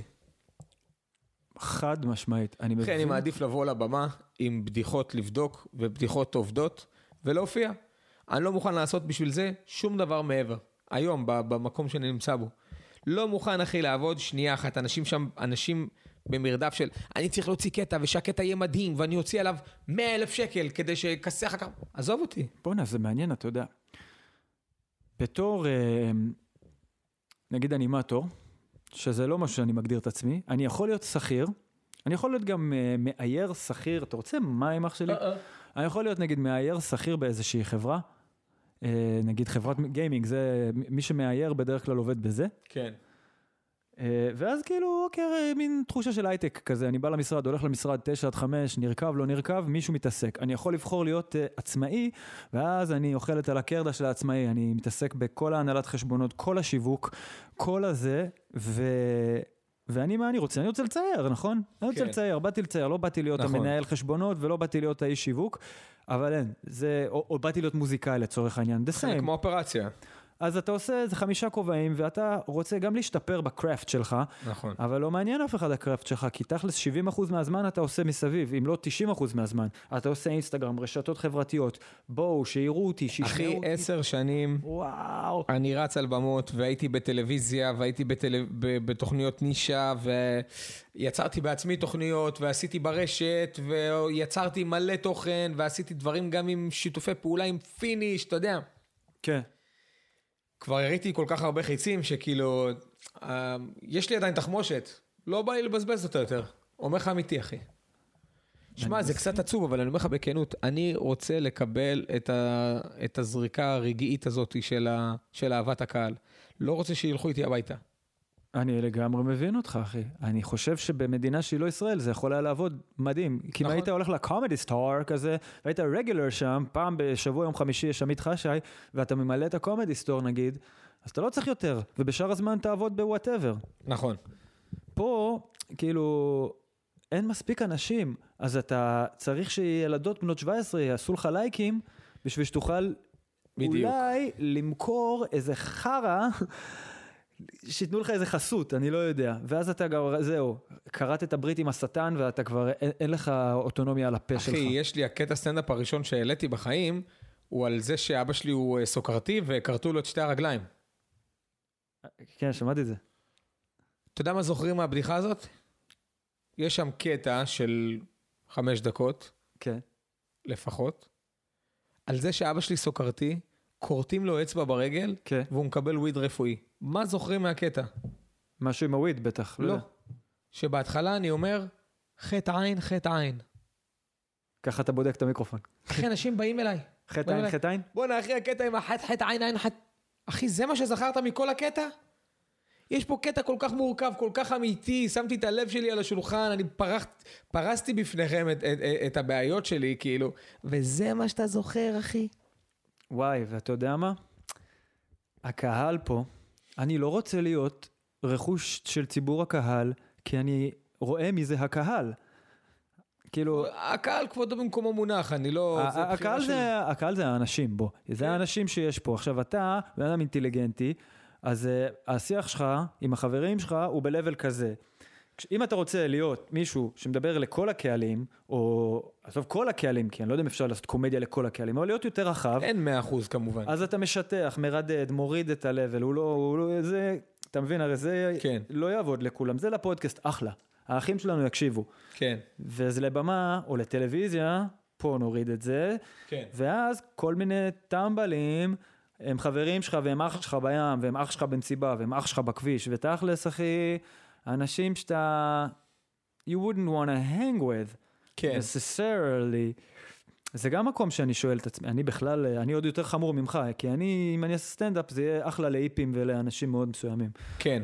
חד משמעית. אני מעדיף לבוא לבמה עם בדיחות לבדוק ובדיחות עובדות ולהופיע. אני לא מוכן לעשות בשביל זה שום דבר מעבר. היום, במקום שאני נמצא בו. לא מוכן, אחי, לעבוד שנייה אחת. אנשים במרדף של, אני צריך להוציא קטע ושהקטע יהיה מדהים, ואני אוציא עליו 100,000 שקל כדי שכסח אחר כך. עזוב אותי. בוא'נה, זה מעניין, אתה יודע. בתור, נגיד אנימטור, שזה לא משהו שאני מגדיר את עצמי, אני יכול להיות שכיר, אני יכול להיות גם מאייר שכיר, אתה רוצה מים אח שלי? אני יכול להיות נגיד מאייר שכיר באיזושהי חברה, נגיד חברת גיימינג, זה מי שמאייר בדרך כלל עובד בזה. כן. ואז כאילו, אוקיי, מין תחושה של הייטק כזה, אני בא למשרד, הולך למשרד 9-5, נרכב, לא נרכב, מישהו מתעסק. אני יכול לבחור להיות עצמאי, ואז אני אוכלת על הקרדה של העצמאי, אני מתעסק בכל ההנהלת חשבונות, כל השיווק, כל הזה, ואני מה אני רוצה? אני רוצה לצייר, נכון? אני רוצה לצייר, באתי לצייר, לא באתי להיות המנהל חשבונות, ולא באתי להיות האיש שיווק, אבל אין, זה, או באתי להיות מוזיקאי לצורך העניין, חלק כמו אופרציה. אז אתה עושה איזה 5 כובעים, ואתה רוצה גם להשתפר בקראפט שלך, נכון. אבל לא מעניין אף אחד הקראפט שלך, כי תכלס 70% מהזמן אתה עושה מסביב, אם לא 90% מהזמן, אתה עושה אינסטגרם, רשתות חברתיות, בואו, שיראו אותי, שישמעו אותי. אחי, 10 שנים, וואו. אני רץ על במות, והייתי בטלוויזיה, והייתי בתוכניות נישה, ויצרתי בעצמי תוכניות, ועשיתי ברשת, ויצרתי מלא תוכן, ועשיתי דברים גם עם שיתופי פעולה, עם פיניש, אתה יודע. כן. כבר הראיתי כל כך הרבה חיצים, שכאילו, יש לי עדיין תחמושת, לא בא לי לבזבז אותה יותר. אומר לך אמיתי, אחי. שמע, זה קצת עצוב, אבל אני אומר לך בכנות, אני רוצה לקבל את הזריקה הרגעית הזאת של אהבת הקהל. לא רוצה שילכו איתי הביתה. אני לגמרי מבין אותך, אחי. אני חושב שבמדינה שהיא לא ישראל, זה יכול היה לעבוד מדהים. כי אם היית הולך לקומדי סטאר כזה, והיית רגולר שם, פעם בשבוע יום חמישי יש עמית חשי, ואתה ממלא את הקומדי סטאר נגיד, אז אתה לא צריך יותר, ובשאר הזמן תעבוד בוואטאבר. נכון. פה, כאילו, אין מספיק אנשים, אז אתה צריך שילדות בנות 17 יעשו לך לייקים, בשביל שתוכל אולי למכור איזה חרה, שיתנו לך איזה חסות, אני לא יודע. ואז אתה כבר, זהו, קראת את הברית עם השטן, ואתה כבר, אין לך אוטונומיה על הפה שלך. אחי, יש לי הקטע סטנדאפ הראשון שהעליתי בחיים, הוא על זה שאבא שלי הוא סוכרתי, וקרתו לו את שתי הרגליים. כן, שמעתי את זה. אתה יודע מה זוכרים מהבדיחה הזאת? יש שם קטע של 5 דקות, כן. לפחות, על זה שאבא שלי סוכרתי, קורטים לו אצבע ברגל, כן. והוא מקבל וויד רפואי. מה זוכרים מהקטע? משהו עם הוויד בטח. לא. יודע. שבהתחלה אני אומר, חטא עין, חטא עין. ככה אתה בודק את המיקרופון. אחי, אנשים באים אליי. חטא עין, חטא עין? בוא'נה, אחי, הקטע עם חטא עין, עין, חטא. אחי, זה מה שזכרת מכל הקטע? יש פה קטע כל כך מורכב, כל כך אמיתי, שמתי את הלב שלי על השולחן, אני פרסתי בפניכם את הבעיות שלי, כאילו, וזה מה שאתה זוכר, אחי. וואי, ואתה יודע מה? הקהל פה, אני לא רוצה להיות רכוש של ציבור הקהל, כי אני רואה מי זה הקהל. כאילו... הקהל כבודו במקומו מונח, אני לא... הקהל זה האנשים, בוא. זה האנשים שיש פה. עכשיו אתה, בן אדם אינטליגנטי, אז השיח שלך עם החברים שלך הוא בלבל כזה. אם אתה רוצה להיות מישהו שמדבר לכל הקהלים, או עזוב כל הקהלים, כי אני לא יודע אם אפשר לעשות קומדיה לכל הקהלים, אבל להיות יותר רחב. אין 100% כמובן. אז אתה משטח, מרדד, מוריד את הלבל, הוא לא, זה, אתה מבין, הרי זה כן. לא יעבוד לכולם, זה לפודקאסט אחלה. האחים שלנו יקשיבו. כן. וזה לבמה או לטלוויזיה, פה נוריד את זה. כן. ואז כל מיני טמבלים, הם חברים שלך והם אח שלך בים, והם אח שלך במסיבה, והם אח שלך בכביש, ותכלס אחי, אנשים שאתה, you wouldn't want to hang with, כן. necessarily. זה גם מקום שאני שואל את עצמי, אני בכלל, אני עוד יותר חמור ממך, כי אני, אם אני אעשה סטנדאפ, זה יהיה אחלה לאיפים ולאנשים מאוד מסוימים. כן.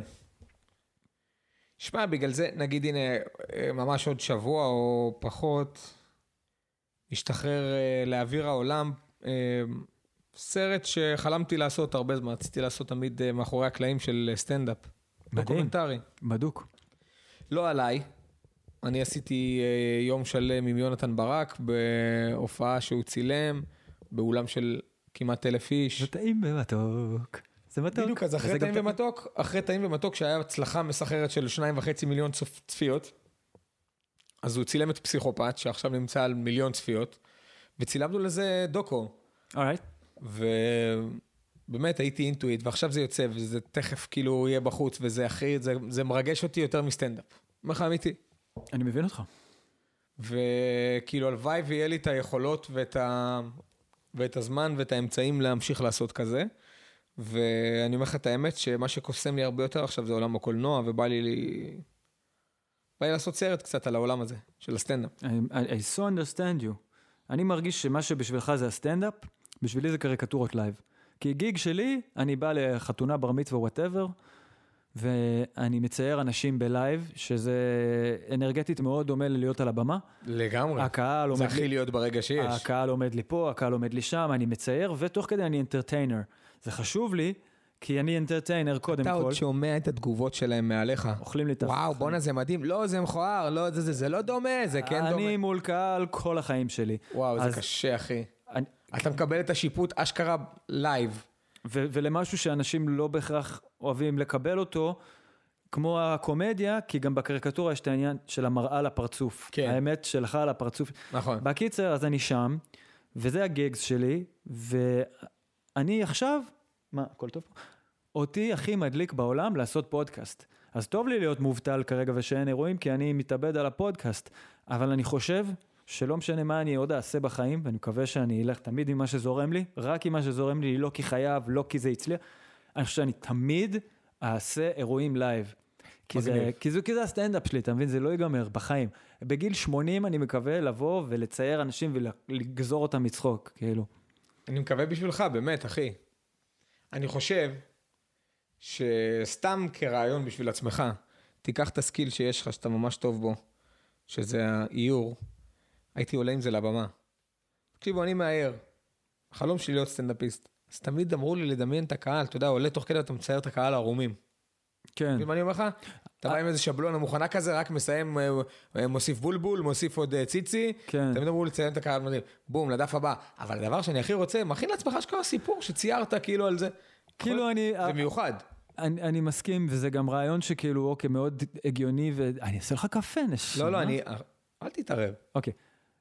שמע, בגלל זה, נגיד, הנה, ממש עוד שבוע או פחות, משתחרר לאוויר העולם, סרט שחלמתי לעשות הרבה זמן, רציתי לעשות תמיד מאחורי הקלעים של סטנדאפ. דוקומנטרי. בדוק. לא עליי. אני עשיתי יום שלם עם יונתן ברק, בהופעה שהוא צילם, באולם של כמעט 1,000 איש. זה טעים ומתוק. זה מתוק. בדיוק, אז אחרי טעים ומתוק, אחרי טעים ומתוק, שהיה הצלחה מסחררת של 2.5 מיליון צפיות, אז הוא צילם את פסיכופת, שעכשיו נמצא על 1,000,000 צפיות, וצילמנו לזה דוקו. אורייט. ובאמת הייתי אינטואיט, ועכשיו זה יוצא, וזה תכף כאילו יהיה בחוץ, וזה אחרי, זה מרגש אותי יותר מסטנדאפ. אומר לך אמיתי. אני מבין אותך. וכאילו הלוואי ויהיה לי את היכולות ואת הזמן ואת האמצעים להמשיך לעשות כזה. ואני אומר לך את האמת, שמה שקוסם לי הרבה יותר עכשיו זה עולם הקולנוע, ובא לי לעשות סרט קצת על העולם הזה, של הסטנדאפ. I so understand you. אני מרגיש שמה שבשבילך זה הסטנדאפ, בשבילי זה קריקטורות לייב. כי גיג שלי, אני בא לחתונה, בר מצווה, whatever, ואני מצייר אנשים בלייב, שזה אנרגטית מאוד דומה ללהיות על הבמה. לגמרי. זה הכי להיות ברגע שיש. הקהל עומד לי פה, הקהל עומד לי שם, אני מצייר, ותוך כדי אני אנטרטיינר. זה חשוב לי, כי אני אנטרטיינר קודם כל. אתה עוד שומע את התגובות שלהם מעליך. אוכלים לי את החיים. וואו, בונה זה מדהים. לא, זה מכוער, לא, זה לא דומה, זה כן דומה. אני מול קהל כל החיים שלי. וואו, זה קשה, אחי. אתה מקבל את השיפוט אשכרה לייב. ולמשהו שאנשים לא בהכרח אוהבים לקבל אותו, כמו הקומדיה, כי גם בקריקטורה יש את העניין של המראה לפרצוף. כן. האמת שלך על הפרצוף. נכון. בקיצר, אז אני שם, וזה הגגס שלי, ואני עכשיו, מה, הכל טוב פה? אותי הכי מדליק בעולם לעשות פודקאסט. אז טוב לי להיות מובטל כרגע ושאין אירועים, כי אני מתאבד על הפודקאסט. אבל אני חושב שלא משנה מה אני עוד אעשה בחיים, ואני מקווה שאני אלך תמיד עם מה שזורם לי, רק עם מה שזורם לי, לא כי חייב, לא כי זה הצליח. אני חושב שאני תמיד אעשה אירועים לייב. כי זה הסטנדאפ שלי, אתה מבין? זה לא ייגמר בחיים. בגיל 80 אני מקווה לבוא ולצייר אנשים ולגזור אותם מצחוק, כאילו. אני מקווה בשבילך, באמת, אחי. אני חושב שסתם כרעיון בשביל עצמך, תיקח את הסקיל שיש לך, שאתה ממש טוב בו, שזה האיור, הייתי עולה עם זה לבמה. תקשיבו, אני מאייר. החלום שלי להיות סטנדאפיסט. אז תמיד אמרו לי לדמיין את הקהל, אתה יודע, עולה תוך כדי, אתה מצייר את הקהל הערומים. כן. ואם אני אומר לך, אתה בא עם איזה שבלון המוכנה כזה, רק מסיים, מוסיף בולבול, מוסיף עוד ציצי, כן. תמיד אמרו לציין את הקהל, מדהים, בום, לדף הבא. אבל הדבר שאני הכי רוצה, מכין לעצמך שקרה סיפור שציירת כאילו על זה. כאילו זה מיוחד. אני מסכים, וזה גם רעיון שכאילו, אוקיי, מאוד הגיוני, ואני אעשה לך קפה, נשמע. לא, אל תתערב. אוקיי.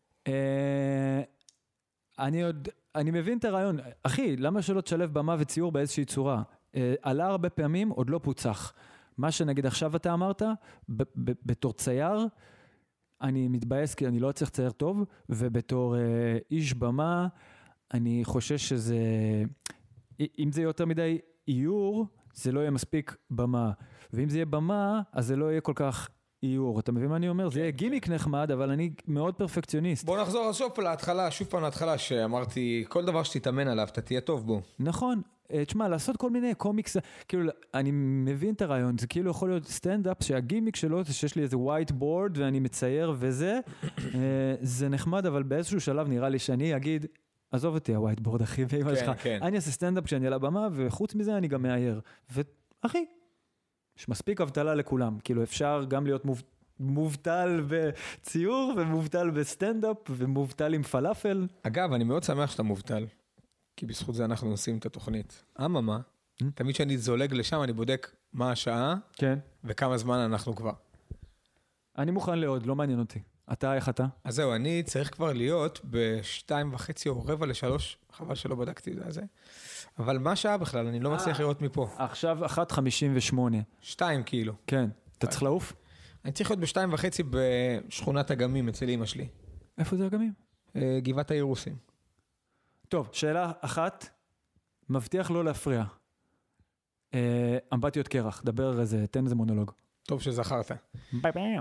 אני מבין את הרעיון. אחי, למה שלא תשלב במה וציור באיזושהי צורה? עלה הרבה פעמים, עוד לא פוצח. מה שנגיד עכשיו אתה אמרת, בתור צייר, אני מתבאס כי אני לא צריך לצייר טוב, ובתור איש במה, אני חושש שזה, אם זה יותר מדי איור, זה לא יהיה מספיק במה. ואם זה יהיה במה, אז זה לא יהיה כל כך איור. אתה מבין מה אני אומר? זה יהיה גימיק נחמד, אבל אני מאוד פרפקציוניסט. בוא נחזור שוב פעם להתחלה, שאמרתי, כל דבר שתתאמן עליו, אתה תהיה טוב בו. נכון. תשמע, לעשות כל מיני קומיקס, כאילו, אני מבין את הרעיון, זה כאילו יכול להיות סטנדאפ, שהגימיק שלו זה שיש לי איזה ווייט בורד, ואני מצייר וזה, זה נחמד, אבל באיזשהו שלב נראה לי שאני אגיד, עזוב אותי הווייט בורד, אחי, ואמא שלך, אני אעשה סטנדאפ כשאני על הבמה, וחוץ מזה אני גם מאייר. ואחי, יש מספיק אבטלה לכולם, כאילו אפשר גם להיות מובטל בציור, ומובטל בסטנדאפ, ומובטל עם פלאפל. אגב, אני מאוד שמח שאתה מובטל. כי בזכות זה אנחנו עושים את התוכנית. אממה, תמיד שאני זולג לשם, אני בודק מה השעה, כן. וכמה זמן אנחנו כבר. אני מוכן לעוד, לא מעניין אותי. אתה, איך אתה? אז זהו, אני צריך כבר להיות ב-2:30 או 2:45, חבל שלא בדקתי את זה. אבל מה השעה בכלל? אני לא מצליח לראות מפה. עכשיו 1:58. 2 כאילו. כן. אתה צריך לעוף? אני צריך להיות ב-2:30 בשכונת אגמים אצל אמא שלי. איפה זה אגמים? גבעת האירוסים. טוב, שאלה אחת, מבטיח לא להפריע. אמבטיות קרח, דבר איזה, תן איזה מונולוג. טוב שזכרת. ביי ביי.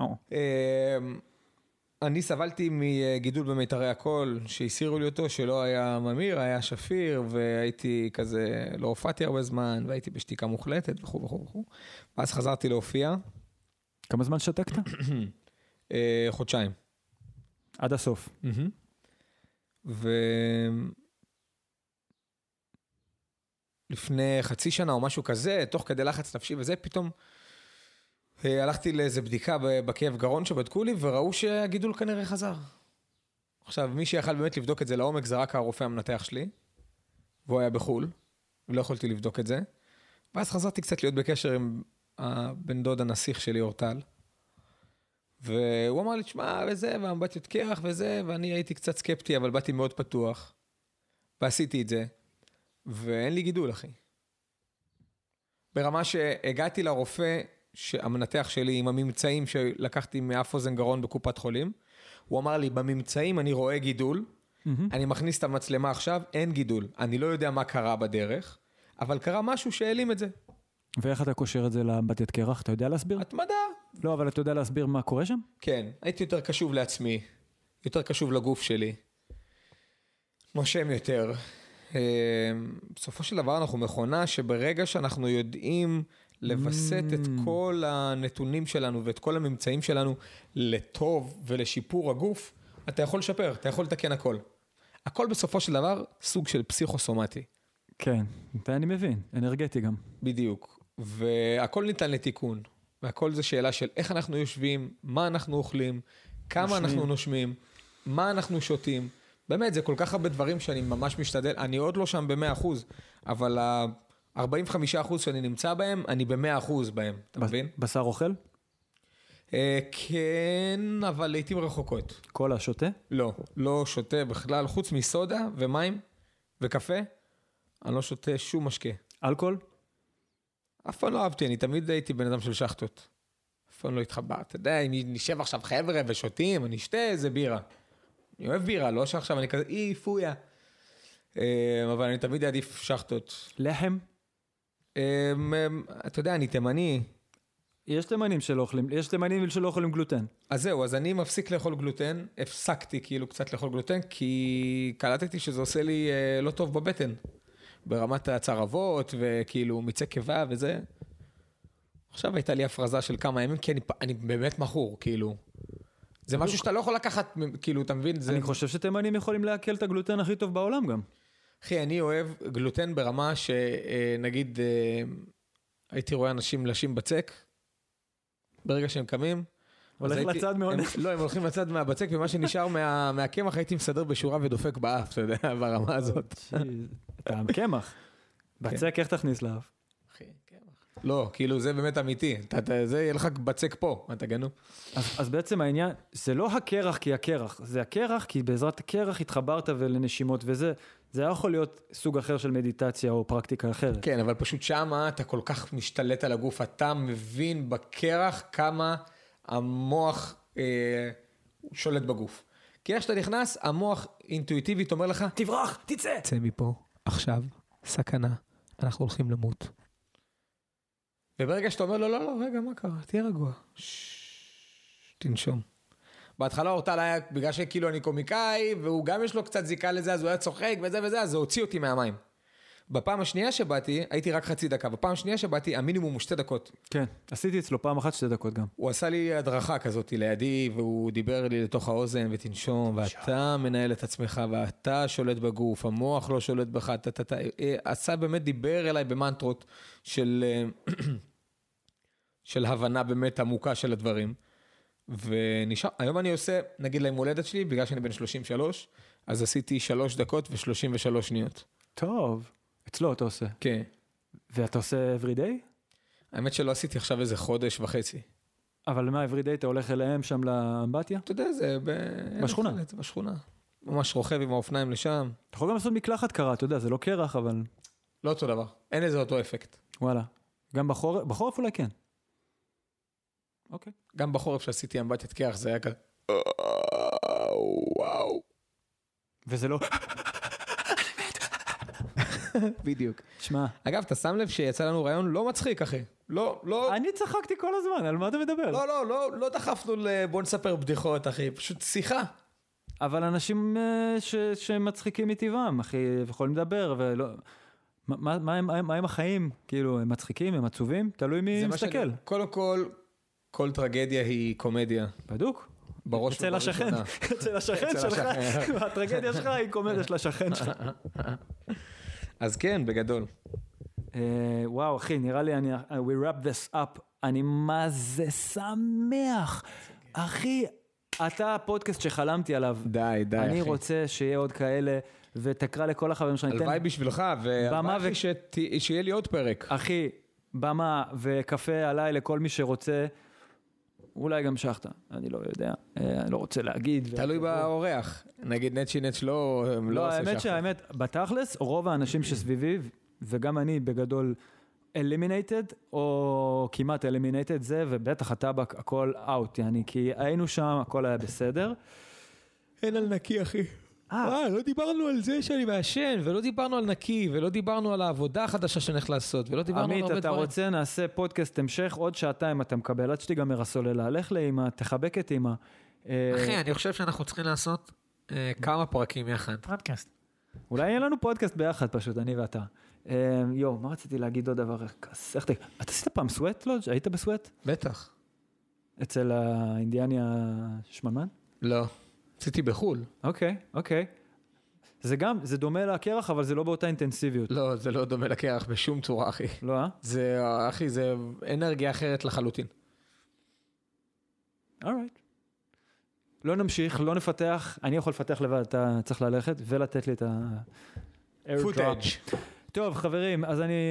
אני סבלתי מגידול במיתרי הקול, שהסירו לי אותו, שלא היה ממיר, היה שפיר, והייתי כזה, לא הופעתי הרבה זמן, והייתי בשתיקה מוחלטת וכו' וכו' וכו'. ואז חזרתי להופיע. כמה זמן שתקת? חודשיים. עד הסוף. לפני חצי שנה או משהו כזה, תוך כדי לחץ נפשי וזה, פתאום הלכתי לאיזו בדיקה בכאב גרון שבדקו לי, וראו שהגידול כנראה חזר. עכשיו, מי שיכל באמת לבדוק את זה לעומק, זה רק הרופא המנתח שלי, והוא היה בחול, ולא יכולתי לבדוק את זה. ואז חזרתי קצת להיות בקשר עם הבן דוד הנסיך שלי, אורטל, והוא אמר לי, תשמע, וזה, והאמבטיות קרח וזה, ואני הייתי קצת סקפטי, אבל באתי מאוד פתוח, ועשיתי את זה, ואין לי גידול, אחי. ברמה שהגעתי לרופא, המנתח שלי, עם הממצאים שלקחתי מאף אוזן גרון בקופת חולים, הוא אמר לי, בממצאים אני רואה גידול, אני מכניס את המצלמה עכשיו, אין גידול. אני לא יודע מה קרה בדרך, אבל קרה משהו שהעלים את זה. ואיך אתה קושר את זה לאמבטיית קרח? אתה יודע להסביר? התמדה. לא, אבל אתה יודע להסביר מה קורה שם? כן, הייתי יותר קשוב לעצמי, יותר קשוב לגוף שלי, נושם יותר. בסופו של דבר אנחנו מכונה שברגע שאנחנו יודעים לבסט את כל הנתונים שלנו ואת כל הממצאים שלנו לטוב ולשיפור הגוף, אתה יכול לשפר, אתה יכול לתקן הכל. הכל בסופו של דבר סוג של פסיכוסומטי. כן, ואני מבין, אנרגטי גם. בדיוק, והכל ניתן לתיקון, והכל זה שאלה של איך אנחנו יושבים, מה אנחנו אוכלים, כמה אנחנו נושמים, מה אנחנו שותים. באמת, זה כל כך הרבה דברים שאני ממש משתדל, אני עוד לא שם ב100%, אבל 45% שאני נמצא בהם, אני ב100% בהם, אתה מבין? בשר אוכל? כן, אבל לעתים רחוקות. קולה שותה? לא, לא שותה בכלל, חוץ מסודה ומים וקפה, אני לא שותה שום משקה. אלכוהול? אף פעם לא אהבתי, אני תמיד הייתי בן אדם של שחטות. אף פעם לא התחבר. אתה יודע, אם נשב עכשיו חבר'ה ושותים, אני אשתה איזה בירה. אני אוהב בירה, לא שעכשיו אני כזה, פויה. אבל אני תמיד אעדיף שחטות. לחם? אתה יודע, אני תימני. יש תימנים שלא אוכלים גלוטן. אז זהו, אז אני מפסיק לאכול גלוטן, הפסקתי כאילו קצת לאכול גלוטן, כי קלטתי שזה עושה לי לא טוב בבטן. ברמת הצרבות, וכאילו מיצי קיבה וזה. עכשיו הייתה לי הפרזה של כמה ימים, כי אני באמת מכור, כאילו. זה משהו שאתה לא יכול לקחת, כאילו, אתה מבין? אני חושב שתימנים יכולים להקל את הגלוטן הכי טוב בעולם גם. אחי, אני אוהב גלוטן ברמה שנגיד, הייתי רואה אנשים לשים בצק, ברגע שהם קמים. הולך לצד מעונן. לא, הם הולכים לצד מהבצק, ומה שנשאר מהקמח הייתי מסדר בשורה ודופק באף, אתה יודע, ברמה הזאת. אתה קמח. בצק, איך תכניס לאף? אחי, קמח. לא, כאילו זה באמת אמיתי. זה יהיה לך בצק פה, אתה גנוב. אז בעצם העניין, זה לא הקרח כי הקרח, זה הקרח כי בעזרת הקרח התחברת ולנשימות, וזה יכול להיות סוג אחר של מדיטציה או פרקטיקה אחרת. כן, אבל פשוט שמה אתה כל כך משתלט על הגוף, אתה מבין בקרח כמה המוח שולט בגוף. כי איך שאתה נכנס, המוח אינטואיטיבית אומר לך, תברח, תצא. צא מפה, עכשיו, סכנה, אנחנו הולכים למות. וברגע שאתה אומר, לא, רגע, מה קרה? תהיה רגוע. תנשום. בהתחלה אורטל היה, בגלל שכאילו אני קומיקאי, והוא גם יש לו קצת זיקה לזה, אז הוא היה צוחק וזה, אז זה הוציא אותי מהמים. בפעם השנייה שבאתי, הייתי רק חצי דקה. בפעם השנייה שבאתי, המינימום הוא 2 דקות. כן, עשיתי אצלו פעם אחת 2 דקות גם. הוא עשה לי הדרכה כזאת לידי, והוא דיבר לי לתוך האוזן, ותנשום, ואתה מנהל את עצמך, ואתה שולט בגוף, המוח לא שולט בך, עשה באמת דיבר אליי במנטרות של הבנה באמת עמוקה של הדברים. ונשאר, היום אני עושה, נגיד ליום הולדת שלי, בגלל שאני בן 33, אז עשיתי 3 דקות ו33 שניות. טוב, אצלו אתה עושה. כן. ואתה עושה everyday? האמת שלא עשיתי עכשיו איזה חודש וחצי. אבל מה everyday? אתה הולך אליהם שם לאמבטיה? אתה יודע, זה בשכונה. בשכונה. ממש רוכב עם האופניים לשם. אתה יכול גם לעשות מקלחת קרה, אתה יודע, זה לא קרח, אבל... לא אותו דבר. אין איזה אותו אפקט. וואלה. גם בחורף אולי כן. אוקיי. גם בחורף שעשיתי אמבטיית קרח זה היה כזה... וואו. וזה לא... בדיוק. שמע. אגב, אתה שם לב שיצא לנו רעיון לא מצחיק, אחי. לא... אני צחקתי כל הזמן, על מה אתה מדבר? לא דחפנו בוא נספר בדיחות, אחי. פשוט שיחה. אבל אנשים שמצחיקים מטבעם, אחי, יכולים לדבר, ולא... מה הם החיים? כאילו, הם מצחיקים, הם עצובים? תלוי מי מסתכל. קודם כל טרגדיה היא קומדיה. בדוק. בראש אצל השכן. אצל השכן שלך. הטרגדיה שלך היא קומדיה של השכן שלך. אז כן, בגדול. וואו, אחי, נראה לי, we wrap this up. אני מה זה שמח. אחי, אתה הפודקאסט שחלמתי עליו. די, אחי. אני רוצה שיהיה עוד כאלה, ותקרא לכל החברים שאני אתן. הלוואי בשבילך, והלוואי שיהיה לי עוד פרק. אחי, במה וקפה עליי לכל מי שרוצה, אולי גם שחטה, אני לא יודע, אני לא רוצה להגיד. תלוי באורח, נגיד נצ'י לא עושה שחטה. האמת, בתכלס, רוב האנשים שסביבי, וגם אני בגדול, eliminated, או כמעט eliminated זה, ובטח הטבק, הכל out, יעני, כי היינו שם, הכל היה בסדר. אין על נקי, אחי. לא דיברנו על זה שאני מעשן, ולא דיברנו על נקי, ולא דיברנו על העבודה החדשה שנלך לעשות, ולא דיברנו על הרבה דברים. עמית, אתה רוצה, נעשה פודקאסט המשך, עוד שעתיים אתה מקבל, עד שתיגמר הסוללה, לך לאמא, תחבק את אמא. אחי, אני חושב שאנחנו צריכים לעשות כמה פרקים יחד. פודקאסט. אולי יהיה לנו פודקאסט ביחד פשוט, אני ואתה. מה רציתי להגיד עוד דבר? אתה עשית פעם סווט? לא? היית בסווט? בטח. אצל האינדיאני השממן? לא. עשיתי בחול. אוקיי. זה דומה לקרח, אבל זה לא באותה אינטנסיביות. לא, זה לא דומה לקרח בשום צורה, אחי. לא, אחי, זה אנרגיה אחרת לחלוטין. alright. לא נמשיך, לא נפתח, אני יכול לפתח לבד, אתה צריך ללכת ולתת לי את ה-footage. טוב, חברים, אז אני...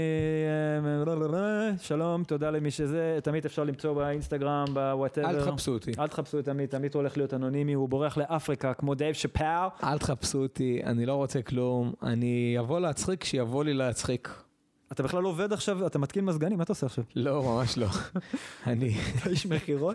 שלום, תודה למי שזה. את עמית אפשר למצוא באינסטגרם, בוואטאבר. אל תחפשו אותי. אל תחפשו את עמית, עמית הולך להיות אנונימי, הוא בורח לאפריקה כמו דייב שפאו. אל תחפשו אותי, אני לא רוצה כלום. אני אבוא להצחיק כשיבוא לי להצחיק. אתה בכלל לא עובד עכשיו, אתה מתקין מזגנים, מה אתה עושה עכשיו? לא, ממש לא. אתה איש מחירות?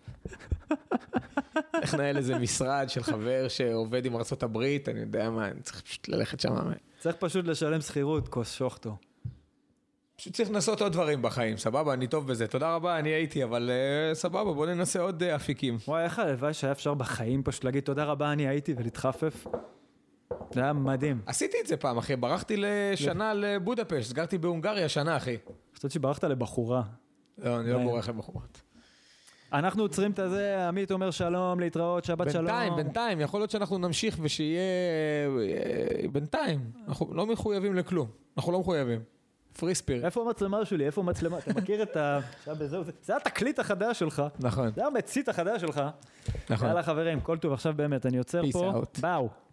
איך נהל איזה משרד של חבר שעובד עם ארצות הברית, אני יודע מה, אני צריך פשוט ללכת שם. צריך פשוט לשלם שכירות, כוס שוחטו. פשוט צריך לנסות עוד דברים בחיים, סבבה, אני טוב בזה, תודה רבה, אני הייתי, אבל סבבה, בוא ננסה עוד אפיקים. וואי, איך הלוואי שהיה אפשר בחיים פשוט להגיד תודה רבה, אני הייתי ולהתחפף. זה היה מדהים. עשיתי את זה פעם, אחי, ברחתי לשנה לבודפשט, סגרתי בהונגריה שנה, אחי. חושבת שברחת לבחורה. לא, אני לא בורח לבחורות. אנחנו עוצרים את זה, עמית אומר שלום, להתראות, שבת שלום. בינתיים, יכול להיות שאנחנו נמשיך ושיהיה... בינתיים, אנחנו לא מחויבים לכלום, אנחנו לא מחויבים. פרי ספיריט. איפה המצלמה שלי? איפה המצלמה? אתה מכיר את ה... זה התקליט החדש שלך. נכון. זה המצית החדש שלך. נכון. יאללה חברים, כל טוב, עכשיו באמת, אני יוצר פה. Peace out. באו.